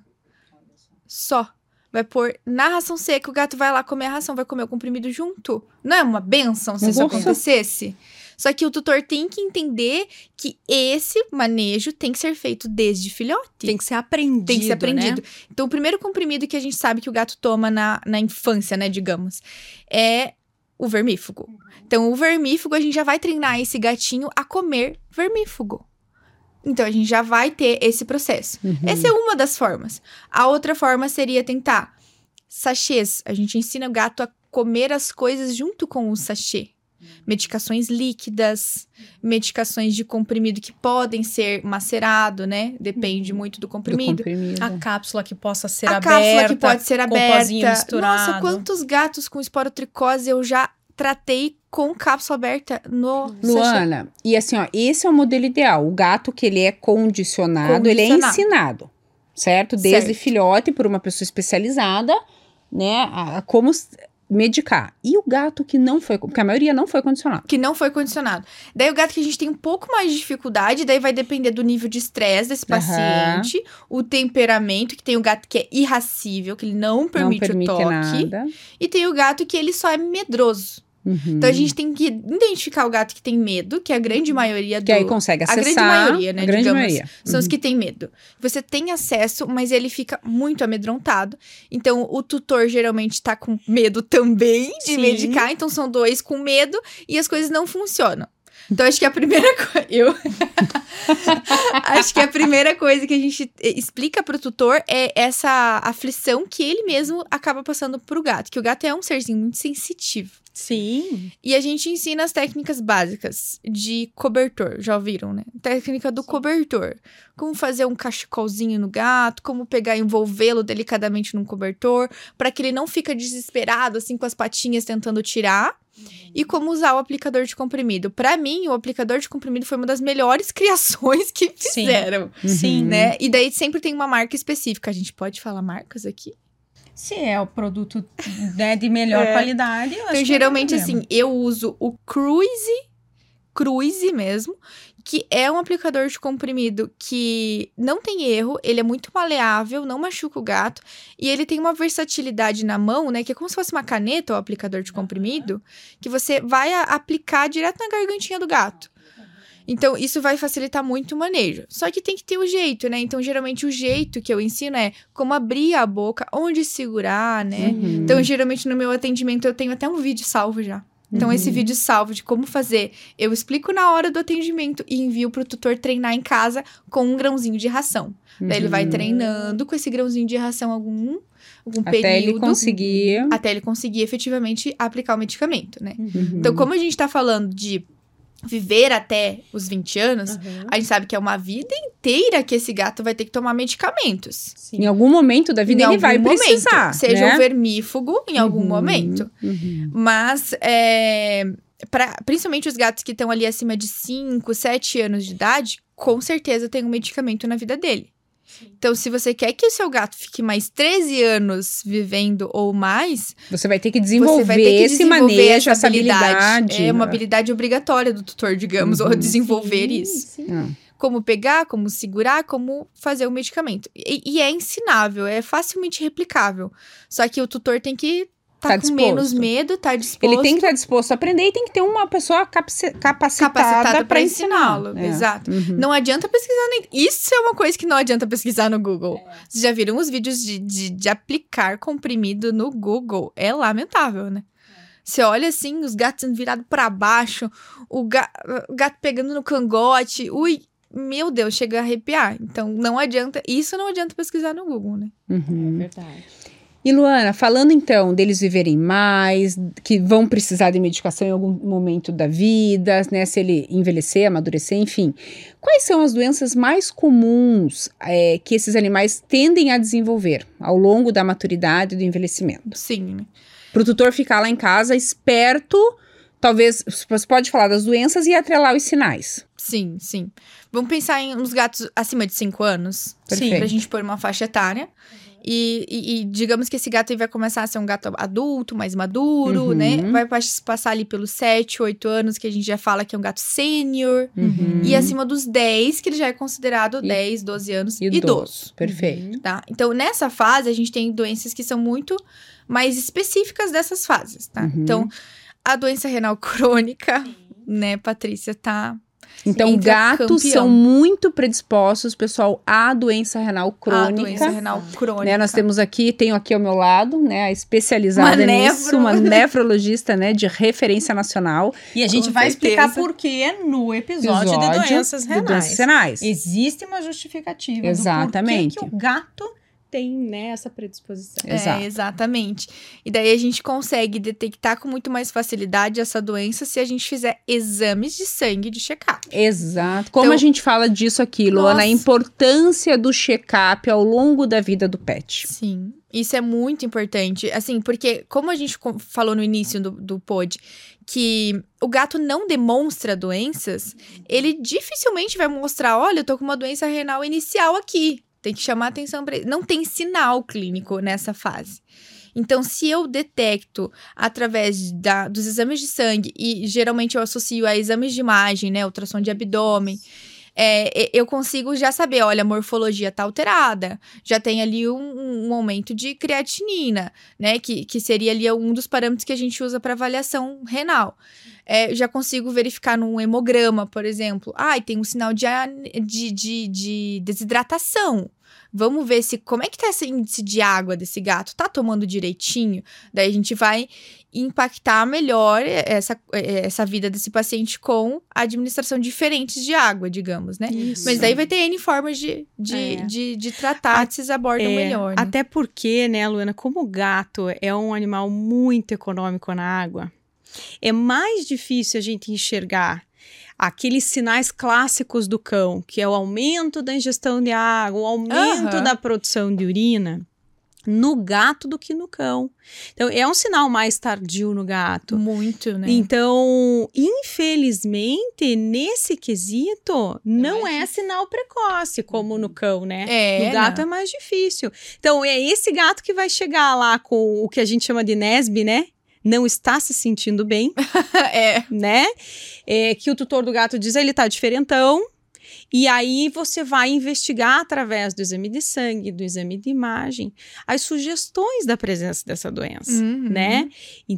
[SPEAKER 3] Só. Vai pôr na ração seca, o gato vai lá comer a ração, vai comer o comprimido junto. Não é uma benção se isso
[SPEAKER 1] Nossa.
[SPEAKER 3] acontecesse? Só que o tutor tem que entender que esse manejo tem que ser feito desde filhote.
[SPEAKER 2] Tem que ser aprendido,
[SPEAKER 3] Tem que ser aprendido.
[SPEAKER 2] né?
[SPEAKER 3] Então, o primeiro comprimido que a gente sabe que o gato toma na, na infância, né, digamos, é o vermífugo. Então, o vermífugo, a gente já vai treinar esse gatinho a comer vermífugo. Então, a gente já vai ter esse processo.
[SPEAKER 1] Uhum.
[SPEAKER 3] Essa é uma das formas. A outra forma seria tentar sachês. A gente ensina o gato a comer as coisas junto com o sachê. Medicações líquidas, medicações de comprimido que podem ser macerado, né? Depende muito do comprimido.
[SPEAKER 1] Do comprimido.
[SPEAKER 2] A cápsula que possa ser
[SPEAKER 3] A
[SPEAKER 2] aberta.
[SPEAKER 3] cápsula que pode ser
[SPEAKER 2] com
[SPEAKER 3] aberta.
[SPEAKER 2] pozinho misturado.
[SPEAKER 3] Nossa, quantos gatos com esporotricose eu já tratei com cápsula aberta no sachê.
[SPEAKER 1] Luana, e assim, ó, esse é o modelo ideal. O gato que ele é condicionado, ele é
[SPEAKER 3] Condicionado.
[SPEAKER 1] ensinado, certo? Desde
[SPEAKER 3] Certo.
[SPEAKER 1] filhote, por uma pessoa especializada, né, a, a como s- medicar. E o gato que não foi, porque a maioria não foi condicionado.
[SPEAKER 3] Que não foi condicionado. Daí o gato que a gente tem um pouco mais de dificuldade, daí vai depender do nível de estresse desse
[SPEAKER 1] Aham.
[SPEAKER 3] paciente, o temperamento, que tem o gato que é irracível, que ele não permite,
[SPEAKER 1] não permite
[SPEAKER 3] o toque.
[SPEAKER 1] nada.
[SPEAKER 3] E tem o gato que ele só é medroso.
[SPEAKER 1] Uhum.
[SPEAKER 3] Então a gente tem que identificar o gato que tem medo, que é a grande maioria do...
[SPEAKER 1] Que aí consegue
[SPEAKER 3] a
[SPEAKER 1] acessar.
[SPEAKER 3] grande maioria, né,
[SPEAKER 1] A grande
[SPEAKER 3] digamos,
[SPEAKER 1] maioria.
[SPEAKER 3] São os que têm medo. Você tem acesso, mas ele fica muito amedrontado. Então, o tutor geralmente tá com medo também de
[SPEAKER 2] Sim.
[SPEAKER 3] medicar. Então, são dois com medo e as coisas não funcionam. Então, acho que a primeira coisa... Eu... acho que a primeira coisa que a gente explica pro tutor é essa aflição que ele mesmo acaba passando pro gato. Que o gato é um serzinho muito sensitivo.
[SPEAKER 2] Sim.
[SPEAKER 3] E a gente ensina as técnicas básicas de cobertor, já ouviram, né? Técnica do cobertor. Como fazer um cachecolzinho no gato, como pegar e envolvê-lo delicadamente num cobertor, para que ele não fique desesperado, assim, com as patinhas tentando tirar. E como usar o aplicador de comprimido. Para mim, o aplicador de comprimido foi uma das melhores criações que
[SPEAKER 2] Sim.
[SPEAKER 3] fizeram,
[SPEAKER 2] Sim.
[SPEAKER 3] né? E daí sempre tem uma marca específica. A gente pode falar marcas aqui?
[SPEAKER 2] Se é o produto, né, de melhor
[SPEAKER 3] É.
[SPEAKER 2] qualidade, eu acho
[SPEAKER 3] Então,
[SPEAKER 2] que
[SPEAKER 3] geralmente,
[SPEAKER 2] não tem problema.
[SPEAKER 3] assim, eu uso o Cruise, Cruise mesmo, que é um aplicador de comprimido que não tem erro, ele é muito maleável, não machuca o gato, e ele tem uma versatilidade na mão, né, que é como se fosse uma caneta, o aplicador de comprimido, que você vai a- aplicar direto na gargantinha do gato. Então, isso vai facilitar muito o manejo. Só que tem que ter o jeito, né? Então, geralmente, o jeito que eu ensino é como abrir a boca, onde segurar, né?
[SPEAKER 1] Uhum.
[SPEAKER 3] Então, geralmente, no meu atendimento, eu tenho até um vídeo salvo já. Então, esse vídeo salvo de como fazer, eu explico na hora do atendimento e envio pro tutor treinar em casa com um grãozinho de ração. Daí, ele vai
[SPEAKER 1] Uhum.
[SPEAKER 3] treinando com esse grãozinho de ração algum, algum
[SPEAKER 1] Até
[SPEAKER 3] período.
[SPEAKER 1] ele conseguir.
[SPEAKER 3] Até ele conseguir efetivamente aplicar o medicamento, né?
[SPEAKER 1] Uhum.
[SPEAKER 3] Então, como a gente tá falando de viver até os vinte anos,
[SPEAKER 2] Uhum.
[SPEAKER 3] a gente sabe que é uma vida inteira que esse gato vai ter que tomar medicamentos.
[SPEAKER 2] Sim.
[SPEAKER 1] Em algum momento da vida
[SPEAKER 3] Em
[SPEAKER 1] ele
[SPEAKER 3] algum
[SPEAKER 1] vai
[SPEAKER 3] momento,
[SPEAKER 1] precisar.
[SPEAKER 3] seja
[SPEAKER 1] né?
[SPEAKER 3] um vermífugo em algum
[SPEAKER 1] Uhum.
[SPEAKER 3] momento.
[SPEAKER 1] Uhum.
[SPEAKER 3] Mas, é, pra, principalmente os gatos que estão ali acima de cinco, sete anos de idade, com certeza tem um medicamento na vida dele. Então, se você quer que o seu gato fique mais treze anos vivendo ou mais,
[SPEAKER 1] Você vai ter que
[SPEAKER 3] você
[SPEAKER 1] desenvolver
[SPEAKER 3] vai ter que
[SPEAKER 1] esse
[SPEAKER 3] desenvolver
[SPEAKER 1] manejo, essa habilidade.
[SPEAKER 3] É uma habilidade obrigatória do tutor, digamos, ou
[SPEAKER 1] Uhum.
[SPEAKER 3] desenvolver
[SPEAKER 2] Sim,
[SPEAKER 3] isso.
[SPEAKER 2] sim.
[SPEAKER 1] Ah.
[SPEAKER 3] Como pegar, como segurar, como fazer o medicamento. E, e é ensinável, é facilmente replicável. Só que o tutor tem que estar
[SPEAKER 1] Tá
[SPEAKER 3] com
[SPEAKER 1] disposto.
[SPEAKER 3] menos medo, tá disposto.
[SPEAKER 1] Ele tem que estar disposto a aprender e tem que ter uma pessoa capaci- capacitada,
[SPEAKER 3] capacitada
[SPEAKER 1] para
[SPEAKER 3] para
[SPEAKER 1] ensiná-lo.
[SPEAKER 3] ensiná-lo.
[SPEAKER 1] É.
[SPEAKER 3] Exato.
[SPEAKER 1] Uhum.
[SPEAKER 3] Não adianta pesquisar nem. Isso é uma coisa que não adianta pesquisar no Google. Vocês já viram os vídeos de, de, de aplicar comprimido no Google? É lamentável, né? Você olha assim, os gatos sendo virados para baixo, o, ga... o gato pegando no cangote. Ui, meu Deus, chega a arrepiar. Então, não adianta. Isso não adianta pesquisar no Google, né?
[SPEAKER 1] Uhum.
[SPEAKER 2] Verdade.
[SPEAKER 1] E Luana, falando então deles viverem mais, que vão precisar de medicação em algum momento da vida, né, se ele envelhecer, amadurecer, enfim. Quais são as doenças mais comuns é, que esses animais tendem a desenvolver ao longo da maturidade e do envelhecimento?
[SPEAKER 3] Sim.
[SPEAKER 1] Para o tutor ficar lá em casa esperto, talvez você pode falar das doenças e atrelar os sinais.
[SPEAKER 3] Sim, sim. Vamos pensar em uns gatos acima de cinco anos.
[SPEAKER 1] Perfeito.
[SPEAKER 3] Sim. Pra gente pôr uma faixa etária. E, e, e digamos que esse gato aí vai começar a ser um gato adulto, mais maduro,
[SPEAKER 1] Uhum.
[SPEAKER 3] né? Vai passar ali pelos sete, oito anos, que a gente já fala que é um gato sênior.
[SPEAKER 1] Uhum.
[SPEAKER 3] E acima dos dez, que ele já é considerado dez, doze anos,
[SPEAKER 1] Idoso.
[SPEAKER 3] idoso.
[SPEAKER 1] Perfeito.
[SPEAKER 3] Tá? Então, nessa fase, a gente tem doenças que são muito mais específicas dessas fases, tá?
[SPEAKER 1] Uhum.
[SPEAKER 3] Então, a doença renal crônica, né, Patrícia, tá...
[SPEAKER 1] Então,
[SPEAKER 3] Entra
[SPEAKER 1] gatos
[SPEAKER 3] campeão.
[SPEAKER 1] são muito predispostos, pessoal, à doença renal
[SPEAKER 3] A
[SPEAKER 1] crônica.
[SPEAKER 3] doença renal crônica.
[SPEAKER 1] Né, nós temos aqui, tenho aqui ao meu lado, né, a especializada
[SPEAKER 3] Uma
[SPEAKER 1] nisso,
[SPEAKER 3] nefro.
[SPEAKER 1] uma nefrologista, né, de referência nacional.
[SPEAKER 2] E a gente
[SPEAKER 3] Com
[SPEAKER 2] vai
[SPEAKER 3] certeza.
[SPEAKER 2] explicar por que no episódio, de
[SPEAKER 1] Episódio
[SPEAKER 2] doenças
[SPEAKER 1] de
[SPEAKER 2] renais.
[SPEAKER 1] doenças renais.
[SPEAKER 2] Existe uma justificativa
[SPEAKER 1] Exatamente.
[SPEAKER 2] do porquê que o gato tem, né, essa predisposição.
[SPEAKER 1] Exato.
[SPEAKER 3] É, exatamente. E daí a gente consegue detectar com muito mais facilidade essa doença se a gente fizer exames de sangue de check-up.
[SPEAKER 1] Exato. Como
[SPEAKER 3] Então-
[SPEAKER 1] a gente fala disso aqui, Luana, a
[SPEAKER 3] Nossa.
[SPEAKER 1] importância do check-up ao longo da vida do pet.
[SPEAKER 3] Sim. Isso é muito importante. Assim, porque como a gente co- falou no início do, do pod, que o gato não demonstra doenças, ele dificilmente vai mostrar, olha, eu tô com uma doença renal inicial aqui. Tem que chamar atenção para ele. Não tem sinal clínico nessa fase. Então, se eu detecto através da, dos exames de sangue, e geralmente eu associo a exames de imagem, né, ultrassom de abdômen, é, eu consigo já saber, olha, a morfologia tá alterada, já tem ali um, um aumento de creatinina, né, que, que seria ali um dos parâmetros que a gente usa para avaliação renal. É, já consigo verificar num hemograma, por exemplo, ah, tem um sinal de, de, de, de desidratação. Vamos ver se como é que tá esse índice de água desse gato, tá tomando direitinho? Daí a gente vai impactar melhor essa, essa vida desse paciente com a administração diferentes de água, digamos, né?
[SPEAKER 2] Isso.
[SPEAKER 3] Mas daí vai ter N formas de, de,
[SPEAKER 2] É.
[SPEAKER 3] de, de tratar se abordam
[SPEAKER 2] É,
[SPEAKER 3] melhor, né?
[SPEAKER 2] Até porque, né, Luana, como o gato é um animal muito econômico na água, é mais difícil a gente enxergar aqueles sinais clássicos do cão, que é o aumento da ingestão de água, o aumento
[SPEAKER 3] Aham.
[SPEAKER 2] da produção de urina, no gato do que no cão. Então, é um sinal mais tardio no gato.
[SPEAKER 3] Muito, né?
[SPEAKER 2] Então, infelizmente, nesse quesito, não é sinal precoce, como no cão, né?
[SPEAKER 3] É,
[SPEAKER 2] No gato
[SPEAKER 3] não.
[SPEAKER 2] é mais difícil. Então, é esse gato que vai chegar lá com o que a gente chama de N E S B, né? Não está se sentindo bem,
[SPEAKER 3] é.
[SPEAKER 2] né? É, que o tutor do gato diz, ele tá diferentão. E aí você vai investigar através do exame de sangue, do exame de imagem, as sugestões da presença dessa doença,
[SPEAKER 3] Uhum.
[SPEAKER 2] né?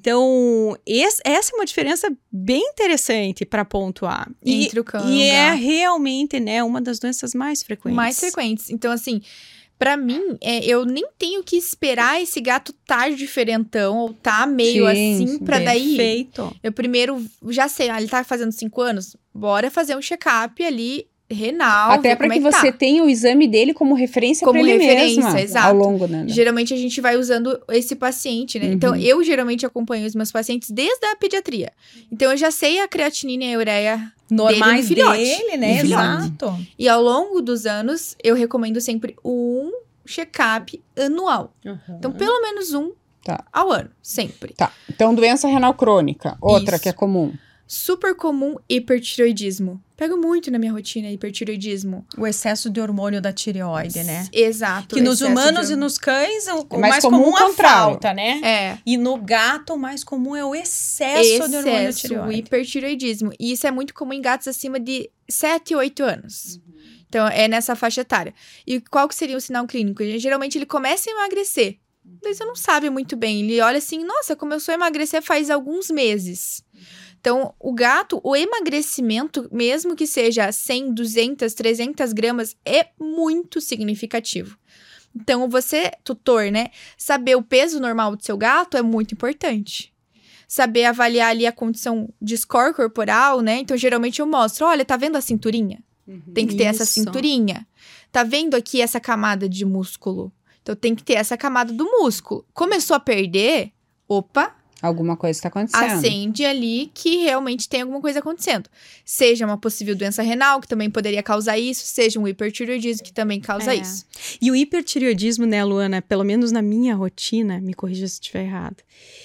[SPEAKER 2] Então, esse, essa é uma diferença bem interessante para pontuar. E,
[SPEAKER 3] Entre o cão
[SPEAKER 2] e
[SPEAKER 3] e o
[SPEAKER 2] é
[SPEAKER 3] gato.
[SPEAKER 2] realmente, né, uma das doenças mais frequentes.
[SPEAKER 3] Mais frequentes. Então, assim, pra mim, é, eu nem tenho que esperar esse gato tá diferentão ou tá meio
[SPEAKER 1] Sim,
[SPEAKER 3] assim
[SPEAKER 1] sim.
[SPEAKER 3] pra daí.
[SPEAKER 2] Perfeito.
[SPEAKER 3] Eu primeiro já sei, ah, ele tá fazendo cinco anos, bora fazer um check-up ali renal.
[SPEAKER 1] Até
[SPEAKER 3] ver
[SPEAKER 1] para
[SPEAKER 3] como
[SPEAKER 1] que
[SPEAKER 3] é que
[SPEAKER 1] você
[SPEAKER 3] tá.
[SPEAKER 1] tenha o exame dele como referência
[SPEAKER 3] Como
[SPEAKER 1] para ele
[SPEAKER 3] referência,
[SPEAKER 1] mesma,
[SPEAKER 3] exato.
[SPEAKER 1] ao longo da...
[SPEAKER 3] Geralmente a gente vai usando esse paciente, né?
[SPEAKER 1] Uhum.
[SPEAKER 3] Então, eu geralmente acompanho os meus pacientes desde a pediatria. Então, eu já sei a creatinina e a ureia
[SPEAKER 2] Normais
[SPEAKER 3] dele no filhote.
[SPEAKER 2] dele, né?
[SPEAKER 3] No filhote.
[SPEAKER 2] Exato.
[SPEAKER 3] E ao longo dos anos, eu recomendo sempre um check-up anual. Então, pelo menos um
[SPEAKER 1] Tá.
[SPEAKER 3] ao ano, sempre.
[SPEAKER 1] Tá, então doença renal crônica, outra
[SPEAKER 3] Isso.
[SPEAKER 1] que é comum.
[SPEAKER 3] Super comum hipertiroidismo. Pego muito na minha rotina hipertiroidismo.
[SPEAKER 2] O excesso de hormônio da tireoide, né?
[SPEAKER 3] Exato.
[SPEAKER 2] Que nos
[SPEAKER 3] excesso
[SPEAKER 2] humanos
[SPEAKER 3] de-
[SPEAKER 2] e nos cães, o o
[SPEAKER 1] mais
[SPEAKER 2] mais,
[SPEAKER 1] comum
[SPEAKER 2] comum,
[SPEAKER 1] o
[SPEAKER 2] é a
[SPEAKER 1] contrário.
[SPEAKER 2] falta, né?
[SPEAKER 3] É.
[SPEAKER 2] E no gato, o mais comum é o excesso, de hormônio da
[SPEAKER 3] Excesso, o
[SPEAKER 2] tireoide.
[SPEAKER 3] hipertiroidismo. E isso é muito comum em gatos acima de sete, oito anos. Então, é nessa faixa etária. E qual que seria o sinal clínico? Geralmente, ele começa a emagrecer. Mas você não sabe muito bem. Ele olha assim, nossa, começou a emagrecer faz alguns meses. Então, o gato, o emagrecimento, mesmo que seja cem, duzentas, trezentas gramas, é muito significativo. Então, você, tutor, né, saber o peso normal do seu gato é muito importante. Saber avaliar ali a condição de score corporal, né? Então, geralmente eu mostro, olha, tá vendo a cinturinha? Tem que ter essa
[SPEAKER 2] Isso.
[SPEAKER 3] cinturinha. Tá vendo aqui essa camada de músculo? Então tem que ter essa camada do músculo. Começou a perder, opa,
[SPEAKER 1] alguma coisa está acontecendo.
[SPEAKER 3] acende ali que realmente tem alguma coisa acontecendo. Seja uma possível doença renal, que também poderia causar isso, seja um hipertireoidismo, que também causa
[SPEAKER 2] É.
[SPEAKER 3] isso.
[SPEAKER 2] E o hipertireoidismo, né, Luana, pelo menos na minha rotina, me corrija se estiver errado,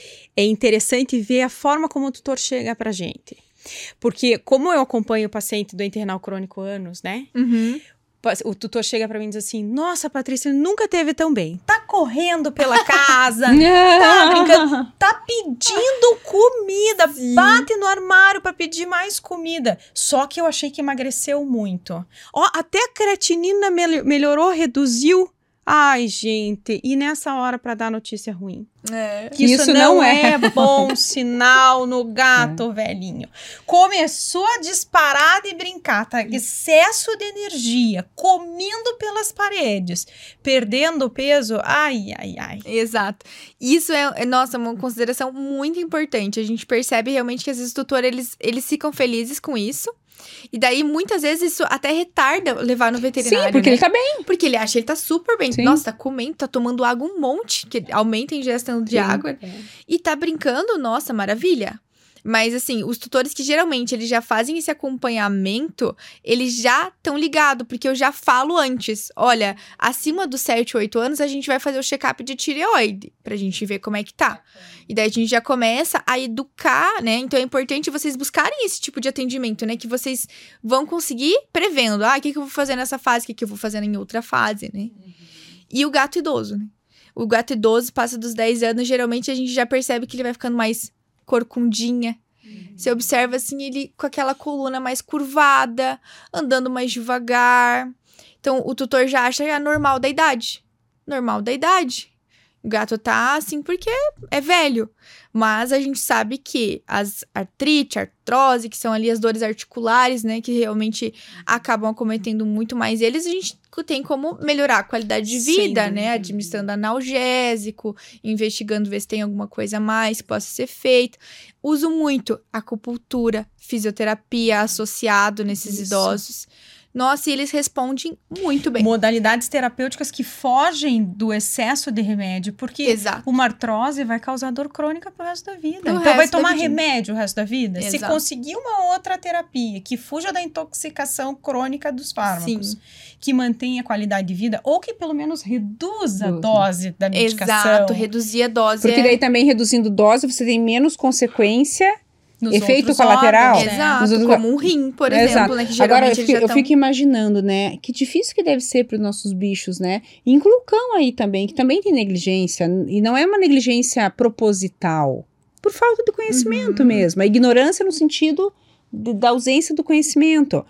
[SPEAKER 2] é interessante ver a forma como o tutor chega pra gente. Porque como eu acompanho o paciente doente renal crônico há anos, né,
[SPEAKER 3] Uhum.
[SPEAKER 2] o tutor chega pra mim e diz assim, nossa, Patrícia, nunca teve tão bem. Tá correndo pela casa, tá brincando, tá pedindo comida,
[SPEAKER 3] Sim.
[SPEAKER 2] bate no armário pra pedir mais comida. Só que eu achei que emagreceu muito. Ó, até a creatinina mel- melhorou, reduziu. Ai, gente, e nessa hora pra dar notícia ruim.
[SPEAKER 3] É.
[SPEAKER 2] Que isso,
[SPEAKER 1] Isso
[SPEAKER 2] não,
[SPEAKER 1] não
[SPEAKER 2] é.
[SPEAKER 1] é.
[SPEAKER 2] bom sinal no gato, velhinho. Começou a disparar de brincar, tá? Excesso de energia, comendo pelas paredes, perdendo peso. Ai, ai, ai.
[SPEAKER 3] Exato. Isso é, é, nossa, uma consideração muito importante. A gente percebe realmente que às vezes os tutores, eles, eles ficam felizes com isso. E daí, muitas vezes, isso até retarda levar no veterinário,
[SPEAKER 1] Sim, porque
[SPEAKER 3] né?
[SPEAKER 1] ele tá bem.
[SPEAKER 3] Porque ele acha que ele tá super bem.
[SPEAKER 1] Sim.
[SPEAKER 3] Nossa, tá comendo, tá tomando água um monte, que aumenta a ingestão de
[SPEAKER 1] Sim.
[SPEAKER 3] água. E tá brincando, nossa, maravilha. Mas, assim, os tutores que geralmente eles já fazem esse acompanhamento, eles já estão ligados, porque eu já falo antes. Olha, acima dos sete, oito anos, a gente vai fazer o check-up de tireoide, pra gente ver como é que tá. E daí a gente já começa a educar, né? Então é importante vocês buscarem esse tipo de atendimento, né? Que vocês vão conseguir prevendo. Ah, o que, que eu vou fazer nessa fase, o que, que eu vou fazer em outra fase, né? E o gato idoso, né? O gato idoso passa dos dez anos, geralmente a gente já percebe que ele vai ficando mais corcundinha. Uhum. Você observa, assim, ele com aquela coluna mais curvada, andando mais devagar. Então, o tutor já acha que é normal da idade. Normal da idade. O gato tá assim porque é velho. Mas a gente sabe que as artrite, artrose, que são ali as dores articulares, né? Que realmente acabam acometendo muito mais eles. A gente tem como melhorar a qualidade de vida, né? Administrando analgésico, investigando ver se tem alguma coisa a mais que possa ser feito. Uso muito acupuntura, fisioterapia associado nesses
[SPEAKER 2] Isso.
[SPEAKER 3] idosos. Nossa, e eles respondem muito bem.
[SPEAKER 2] Modalidades terapêuticas que fogem do excesso de remédio, porque
[SPEAKER 3] Exato.
[SPEAKER 2] uma artrose vai causar dor crônica pro resto da vida.
[SPEAKER 3] Pro
[SPEAKER 2] então
[SPEAKER 3] resto
[SPEAKER 2] vai
[SPEAKER 3] da
[SPEAKER 2] tomar
[SPEAKER 3] vida.
[SPEAKER 2] remédio o resto da vida. Se
[SPEAKER 3] Exato.
[SPEAKER 2] conseguir uma outra terapia que fuja da intoxicação crônica dos fármacos,
[SPEAKER 3] Sim.
[SPEAKER 2] que mantenha a qualidade de vida, ou que pelo menos reduza a
[SPEAKER 1] Dose.
[SPEAKER 2] dose da medicação.
[SPEAKER 3] Exato, reduzir a dose.
[SPEAKER 1] Porque
[SPEAKER 3] é-
[SPEAKER 1] daí também reduzindo dose, você tem menos consequência.
[SPEAKER 2] Nos
[SPEAKER 1] Efeito
[SPEAKER 2] outros
[SPEAKER 1] colateral.
[SPEAKER 2] órgãos, né?
[SPEAKER 3] Exato,
[SPEAKER 1] Os outros-
[SPEAKER 3] como um rim, por
[SPEAKER 1] É,
[SPEAKER 3] exemplo,
[SPEAKER 1] exato.
[SPEAKER 3] né? Que
[SPEAKER 1] Agora,
[SPEAKER 3] geralmente
[SPEAKER 1] eu
[SPEAKER 3] eles
[SPEAKER 1] fico,
[SPEAKER 3] já
[SPEAKER 1] eu
[SPEAKER 3] estão...
[SPEAKER 1] fico imaginando, né? Que difícil que deve ser para os nossos bichos, né? E inclui o cão aí também, que também tem negligência. E não é uma negligência proposital. Por falta de conhecimento
[SPEAKER 3] Uhum.
[SPEAKER 1] mesmo. A ignorância no sentido de- da ausência do conhecimento.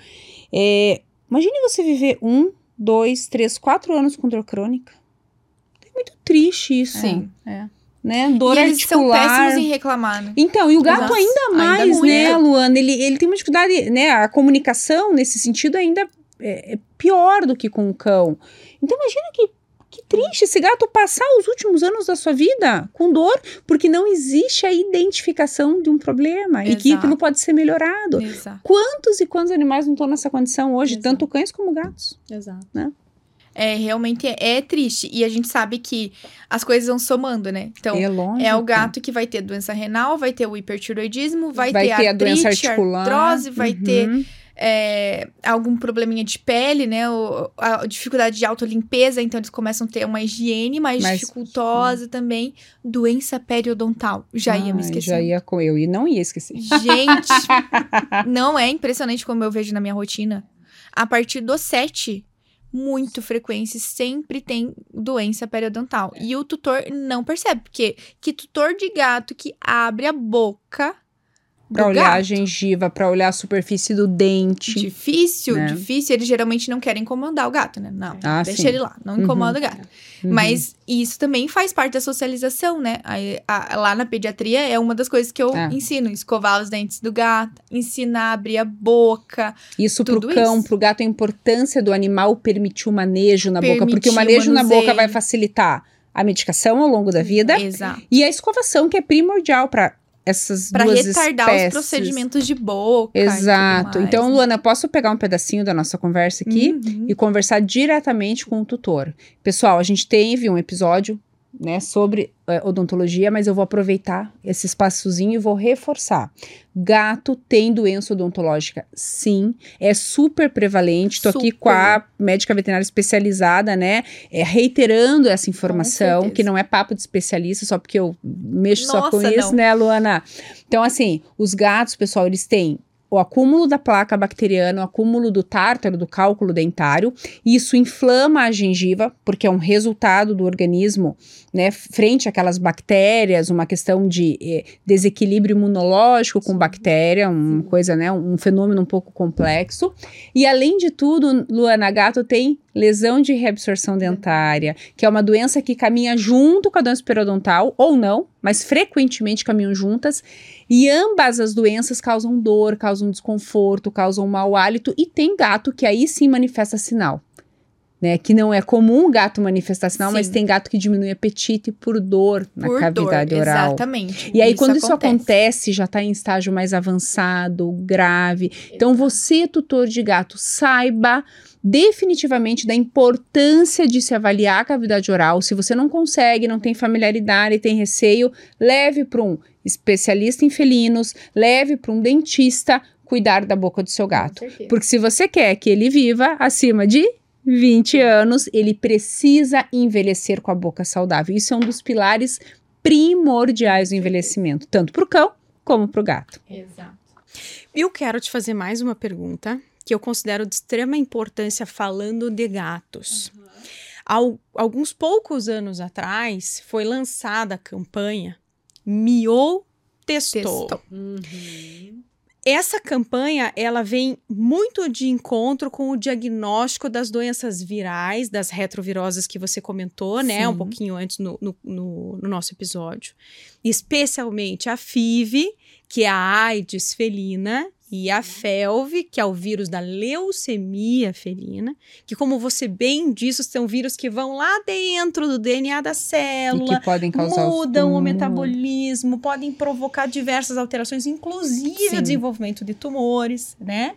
[SPEAKER 1] É, imagine você viver um, dois, três, quatro anos com dor crônica. É muito triste isso.
[SPEAKER 3] Sim.
[SPEAKER 2] É.
[SPEAKER 1] Né? Dor
[SPEAKER 3] e eles são
[SPEAKER 1] articular.
[SPEAKER 3] péssimos em reclamar, né?
[SPEAKER 1] Então, e o gato
[SPEAKER 3] Exato.
[SPEAKER 1] ainda
[SPEAKER 3] Ainda
[SPEAKER 1] mais,
[SPEAKER 3] muito.
[SPEAKER 1] né, Luana? Ele, ele tem uma dificuldade, né? A comunicação, nesse sentido, ainda é, é pior do que com o cão. Então, imagina que, que triste esse gato passar os últimos anos da sua vida com dor, porque não existe a identificação de um problema e que
[SPEAKER 3] Exato.
[SPEAKER 1] aquilo pode ser melhorado.
[SPEAKER 3] Exato.
[SPEAKER 1] Quantos e quantos animais não estão nessa condição hoje?
[SPEAKER 2] Exato.
[SPEAKER 1] Tanto cães como gatos.
[SPEAKER 2] Exato.
[SPEAKER 3] É, realmente é, é triste. E a gente sabe que as coisas vão somando, né? Então,
[SPEAKER 1] é lógico.
[SPEAKER 3] é o gato que vai ter doença renal, vai ter o hipertiroidismo, vai,
[SPEAKER 1] Vai
[SPEAKER 3] ter,
[SPEAKER 1] ter a
[SPEAKER 3] artrite,
[SPEAKER 1] doença articular.
[SPEAKER 3] artrose, vai
[SPEAKER 1] Uhum.
[SPEAKER 3] ter é, algum probleminha de pele, né? O, a dificuldade de autolimpeza, então eles começam a ter uma higiene mais
[SPEAKER 1] Mas-
[SPEAKER 3] dificultosa também. Doença periodontal. Já ia me
[SPEAKER 1] Ai,
[SPEAKER 3] esquecer.
[SPEAKER 1] Já ia com eu e não ia esquecer.
[SPEAKER 3] Gente, não é impressionante como eu vejo na minha rotina. A partir dos sete, muito frequente, sempre tem doença periodontal. E o tutor não percebe, porque que tutor de gato que abre a boca
[SPEAKER 1] Pra
[SPEAKER 3] do
[SPEAKER 1] olhar a
[SPEAKER 3] gato?
[SPEAKER 1] gengiva, pra olhar a superfície do dente.
[SPEAKER 3] Difícil,
[SPEAKER 1] né?
[SPEAKER 3] difícil. Eles geralmente não querem incomodar o gato, né? Não,
[SPEAKER 1] Ah,
[SPEAKER 3] deixa
[SPEAKER 1] sim.
[SPEAKER 3] ele lá, não incomoda
[SPEAKER 1] Uhum.
[SPEAKER 3] o gato.
[SPEAKER 1] Uhum.
[SPEAKER 3] Mas isso também faz parte da socialização, né? Aí, a- lá na pediatria é uma das coisas que eu
[SPEAKER 1] É.
[SPEAKER 3] ensino. Escovar os dentes do gato, ensinar a abrir a boca.
[SPEAKER 1] Isso pro
[SPEAKER 3] tudo
[SPEAKER 1] cão,
[SPEAKER 3] isso.
[SPEAKER 1] pro gato, a importância do animal permitir o manejo na boca.
[SPEAKER 3] Permitir
[SPEAKER 1] Porque o
[SPEAKER 3] o
[SPEAKER 1] manejo na boca
[SPEAKER 3] manuseio.
[SPEAKER 1] vai facilitar a medicação ao longo da vida.
[SPEAKER 3] Exato.
[SPEAKER 1] E a escovação, que é primordial para essas
[SPEAKER 3] pra
[SPEAKER 1] duas
[SPEAKER 3] retardar
[SPEAKER 1] espécies.
[SPEAKER 3] os procedimentos de boca.
[SPEAKER 1] Exato.
[SPEAKER 3] E tudo mais,
[SPEAKER 1] Então,
[SPEAKER 3] né?
[SPEAKER 1] Luana, posso pegar um pedacinho da nossa conversa aqui
[SPEAKER 3] Uhum.
[SPEAKER 1] e conversar diretamente com o tutor. Pessoal, a gente teve um episódio, né, sobre uh, odontologia, mas eu vou aproveitar esse espaçozinho e vou reforçar. Gato tem doença odontológica, sim, é super prevalente. Tô aqui
[SPEAKER 3] Super.
[SPEAKER 1] com a médica veterinária especializada, né, é, reiterando essa informação,
[SPEAKER 3] certeza.
[SPEAKER 1] que não é papo de especialista, só porque eu mexo só com
[SPEAKER 3] Nossa,
[SPEAKER 1] isso,
[SPEAKER 3] não.
[SPEAKER 1] né, Luana? Então, assim, os gatos, pessoal, eles têm o acúmulo da placa bacteriana, o acúmulo do tártaro, do cálculo dentário, isso inflama a gengiva, porque é um resultado do organismo, né, frente àquelas bactérias, uma questão de eh, desequilíbrio imunológico com bactéria, uma coisa, né, um fenômeno um pouco complexo. E além de tudo, Luana, gato tem lesão de reabsorção dentária, que é uma doença que caminha junto com a doença periodontal, ou não, mas frequentemente caminham juntas, e ambas as doenças causam dor, causam desconforto, causam mau hálito, e tem gato que aí sim manifesta sinal, né, que não é comum o gato manifestar sinal,
[SPEAKER 3] Sim.
[SPEAKER 1] mas tem gato que diminui apetite por dor na
[SPEAKER 3] Por
[SPEAKER 1] cavidade
[SPEAKER 3] dor,
[SPEAKER 1] oral.
[SPEAKER 3] exatamente.
[SPEAKER 1] E aí,
[SPEAKER 3] isso
[SPEAKER 1] quando isso
[SPEAKER 3] acontece.
[SPEAKER 1] acontece, já está em estágio mais avançado, grave. Então, você, tutor de gato, saiba definitivamente da importância de se avaliar a cavidade oral. Se você não consegue, não tem familiaridade, tem receio, leve para um especialista em felinos, leve para um dentista cuidar da boca do seu gato.
[SPEAKER 3] certeza.
[SPEAKER 1] Porque se você quer que ele viva acima de vinte anos, ele precisa envelhecer com a boca saudável. Isso é um dos pilares primordiais do envelhecimento, tanto para o cão como para o gato.
[SPEAKER 3] Exato.
[SPEAKER 2] Eu quero te fazer mais uma pergunta que eu considero de extrema importância falando de gatos. Uhum. Al- alguns poucos anos atrás, foi lançada a campanha Miou Testou.
[SPEAKER 3] Testou.
[SPEAKER 2] Uhum. Essa campanha, ela vem muito de encontro com o diagnóstico das doenças virais, das retroviroses que você comentou, né?
[SPEAKER 3] Sim.
[SPEAKER 2] Um pouquinho antes no, no, no, no nosso episódio. Especialmente a F I V, que é a AIDS felina, e a F E L V, que é o vírus da leucemia felina, que, como você bem disse, são vírus que vão lá dentro do D N A da célula,
[SPEAKER 1] E que podem causar
[SPEAKER 2] mudam o
[SPEAKER 1] tumor.
[SPEAKER 2] metabolismo, podem provocar diversas alterações, inclusive
[SPEAKER 1] Sim.
[SPEAKER 2] o desenvolvimento de tumores, né?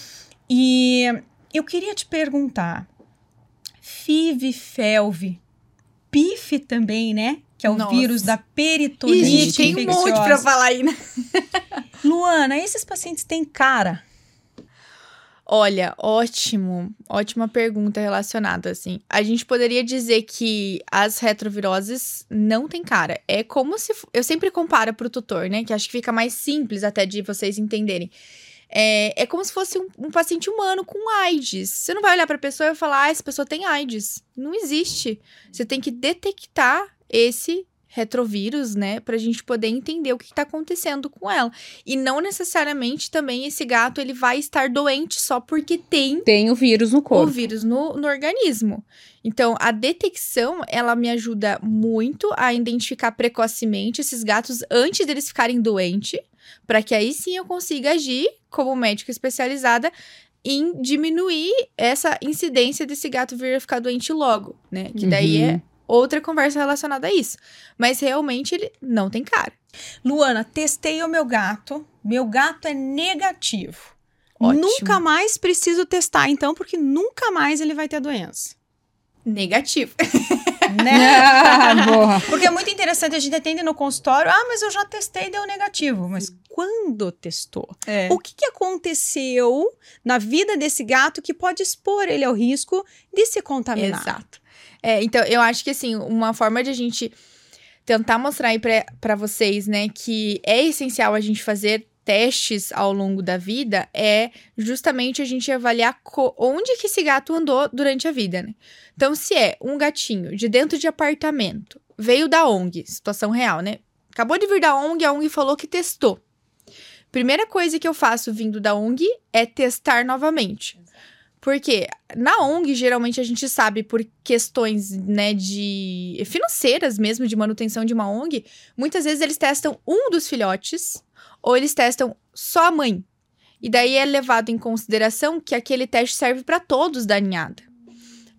[SPEAKER 2] E eu queria te perguntar, F I V, F E L V, P I F também, né? Que é o
[SPEAKER 3] Nossa.
[SPEAKER 2] vírus da
[SPEAKER 3] Ih,
[SPEAKER 2] peritonite
[SPEAKER 3] gente, tem um monte pra falar aí, né?
[SPEAKER 2] Luana, esses pacientes têm cara?
[SPEAKER 3] Olha, ótimo, ótima pergunta relacionada, assim. A gente poderia dizer que as retroviroses não têm cara. É como se... Eu sempre comparo pro tutor, né? Que acho que fica mais simples até de vocês entenderem. É, é como se fosse um, um paciente humano com AIDS. Você não vai olhar pra pessoa e falar, ah, essa pessoa tem AIDS. Não existe. Você tem que detectar esse retrovírus, né, pra gente poder entender o que tá acontecendo com ela. E não necessariamente também esse gato, ele vai estar doente só porque tem
[SPEAKER 1] Tem o vírus no
[SPEAKER 3] o
[SPEAKER 1] corpo.
[SPEAKER 3] vírus no, no organismo. Então, a detecção, ela me ajuda muito a identificar precocemente esses gatos antes deles ficarem doentes, para que aí sim eu consiga agir como médica especializada em diminuir essa incidência desse gato vir a ficar doente logo, né? Que daí
[SPEAKER 1] Uhum.
[SPEAKER 3] é outra conversa relacionada a isso. Mas realmente ele não tem cara.
[SPEAKER 2] Luana, testei o meu gato. Meu gato é negativo.
[SPEAKER 3] Ótimo.
[SPEAKER 2] Nunca mais preciso testar, então, porque nunca mais ele vai ter a doença.
[SPEAKER 3] Negativo.
[SPEAKER 2] Né?
[SPEAKER 1] Ah, boa.
[SPEAKER 2] Porque é muito interessante, a gente atende no consultório, ah, mas eu já testei e deu negativo. Mas quando testou?
[SPEAKER 3] É.
[SPEAKER 2] O que, que aconteceu na vida desse gato que pode expor ele ao risco de se contaminar?
[SPEAKER 3] Exato. É, então, eu acho que, assim, uma forma de a gente tentar mostrar aí pra, pra vocês, né, que é essencial a gente fazer testes ao longo da vida é justamente a gente avaliar co- onde que esse gato andou durante a vida, né? Então, se é um gatinho de dentro de apartamento, veio da O N G, situação real, né? Acabou de vir da O N G, a O N G falou que testou. Primeira coisa que eu faço vindo da O N G é testar novamente. Porque na O N G, geralmente, a gente sabe por questões, né, de financeiras mesmo, de manutenção de uma O N G, muitas vezes eles testam um dos filhotes ou eles testam só a mãe. E daí é levado em consideração que aquele teste serve para todos da ninhada.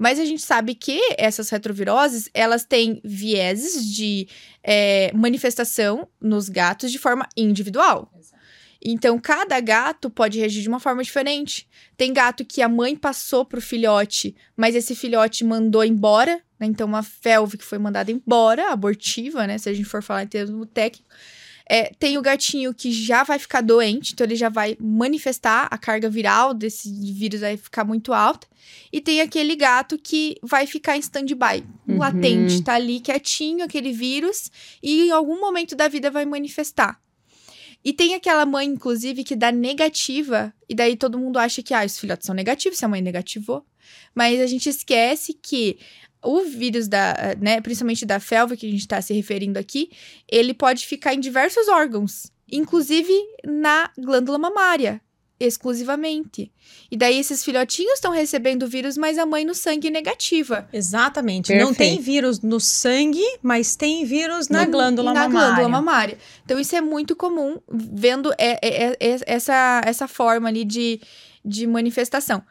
[SPEAKER 3] Mas a gente sabe que essas retroviroses, elas têm vieses de é, manifestação nos gatos de forma individual. Então, cada gato pode reagir de uma forma diferente. Tem gato que a mãe passou pro filhote, mas esse filhote mandou embora, né? Então, uma felve que foi mandada embora, abortiva, né? Se a gente for falar em termos técnicos. É, tem o gatinho que já vai ficar doente, então ele já vai manifestar a carga viral desse vírus, vai ficar muito alta. E tem aquele gato que vai ficar em stand-by,
[SPEAKER 1] Uhum.
[SPEAKER 3] latente, tá ali quietinho, aquele vírus, e em algum momento da vida vai manifestar. E tem aquela mãe, inclusive, que dá negativa, e daí todo mundo acha que ah, os filhotes são negativos, se a mãe negativou. Mas a gente esquece que o vírus, da, né, principalmente da felve, que a gente está se referindo aqui, ele pode ficar em diversos órgãos, inclusive na glândula mamária, exclusivamente. E daí esses filhotinhos estão recebendo o vírus, mas a mãe no sangue negativa.
[SPEAKER 2] Exatamente.
[SPEAKER 1] Perfeito.
[SPEAKER 2] Não tem vírus no sangue, mas tem vírus na
[SPEAKER 3] No-
[SPEAKER 2] glândula
[SPEAKER 3] na
[SPEAKER 2] mamária.
[SPEAKER 3] glândula mamária. Então, isso é muito comum, vendo é, é, é, essa, essa forma ali de, de manifestação.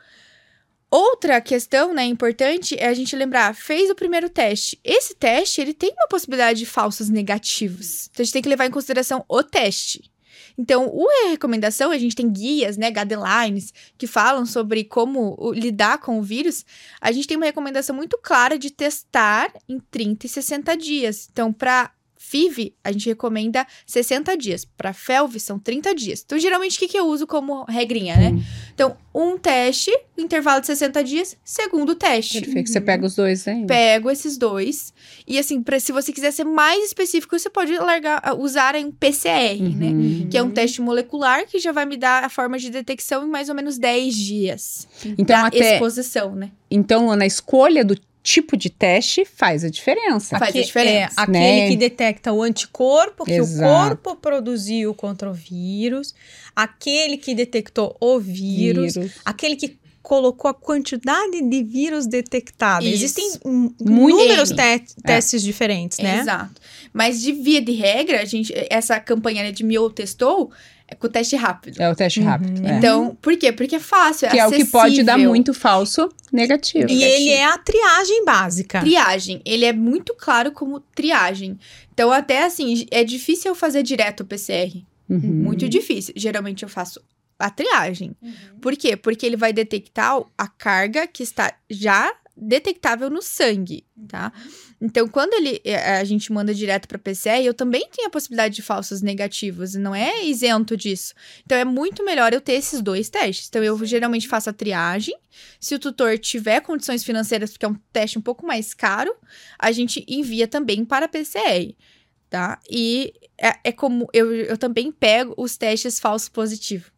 [SPEAKER 3] Outra questão, né, importante é a gente lembrar, fez o primeiro teste. Esse teste, ele tem uma possibilidade de falsos negativos. Então, a gente tem que levar em consideração o teste. Então, a recomendação, a gente tem guias, né, guidelines, que falam sobre como o, lidar com o vírus. A gente tem uma recomendação muito clara de testar em trinta e sessenta dias. Então, para F I V, a gente recomenda sessenta dias. Para felve, são trinta dias. Então, geralmente, o que, que eu uso como regrinha, né? Então, um teste, intervalo de sessenta dias, segundo teste.
[SPEAKER 1] Perfeito. Você pega os dois aí.
[SPEAKER 3] Pego esses dois. E assim, pra, se você quiser ser mais específico, você pode largar, usar um P C R,
[SPEAKER 1] Uhum.
[SPEAKER 3] né? Que é um teste molecular que já vai me dar a forma de detecção em mais ou menos dez dias.
[SPEAKER 1] Então,
[SPEAKER 3] da
[SPEAKER 1] até,
[SPEAKER 3] exposição, né?
[SPEAKER 1] então, na escolha do tipo de teste, faz a diferença.
[SPEAKER 3] Faz a
[SPEAKER 2] Aque-
[SPEAKER 3] diferença,
[SPEAKER 2] É, aquele
[SPEAKER 1] né?
[SPEAKER 2] que detecta o anticorpo que
[SPEAKER 1] Exato.
[SPEAKER 2] o corpo produziu contra o vírus, aquele que detectou o vírus,
[SPEAKER 1] Vírus.
[SPEAKER 2] aquele que colocou a quantidade de vírus detectado.
[SPEAKER 3] Isso.
[SPEAKER 2] Existem hum,
[SPEAKER 1] Muito.
[SPEAKER 2] inúmeros
[SPEAKER 1] É.
[SPEAKER 2] te- testes diferentes, né?
[SPEAKER 3] Exato. Mas de via de regra, a gente, essa campanha, né, de Miou testou é com teste rápido.
[SPEAKER 1] É o teste rápido. é.
[SPEAKER 3] Então, por quê? Porque é fácil, é
[SPEAKER 1] Que é o que pode dar
[SPEAKER 3] acessível.
[SPEAKER 1] muito falso negativo.
[SPEAKER 2] E
[SPEAKER 3] Negativo.
[SPEAKER 2] ele é a triagem básica.
[SPEAKER 3] Triagem, ele é muito claro como triagem. Então, até assim, é difícil eu fazer direto o P C R.
[SPEAKER 1] Uhum.
[SPEAKER 3] Muito difícil. Geralmente eu faço a triagem. Por quê? Porque ele vai detectar a carga que está já detectável no sangue, tá? Então, quando ele, a gente manda direto para P C R, eu também tenho a possibilidade de falsos negativos, e não é isento disso. Então, é muito melhor eu ter esses dois testes. Então, eu geralmente faço a triagem. Se o tutor tiver condições financeiras, porque é um teste um pouco mais caro, a gente envia também para a P C R, tá? E é, é como, eu, eu também pego os testes falso positivo.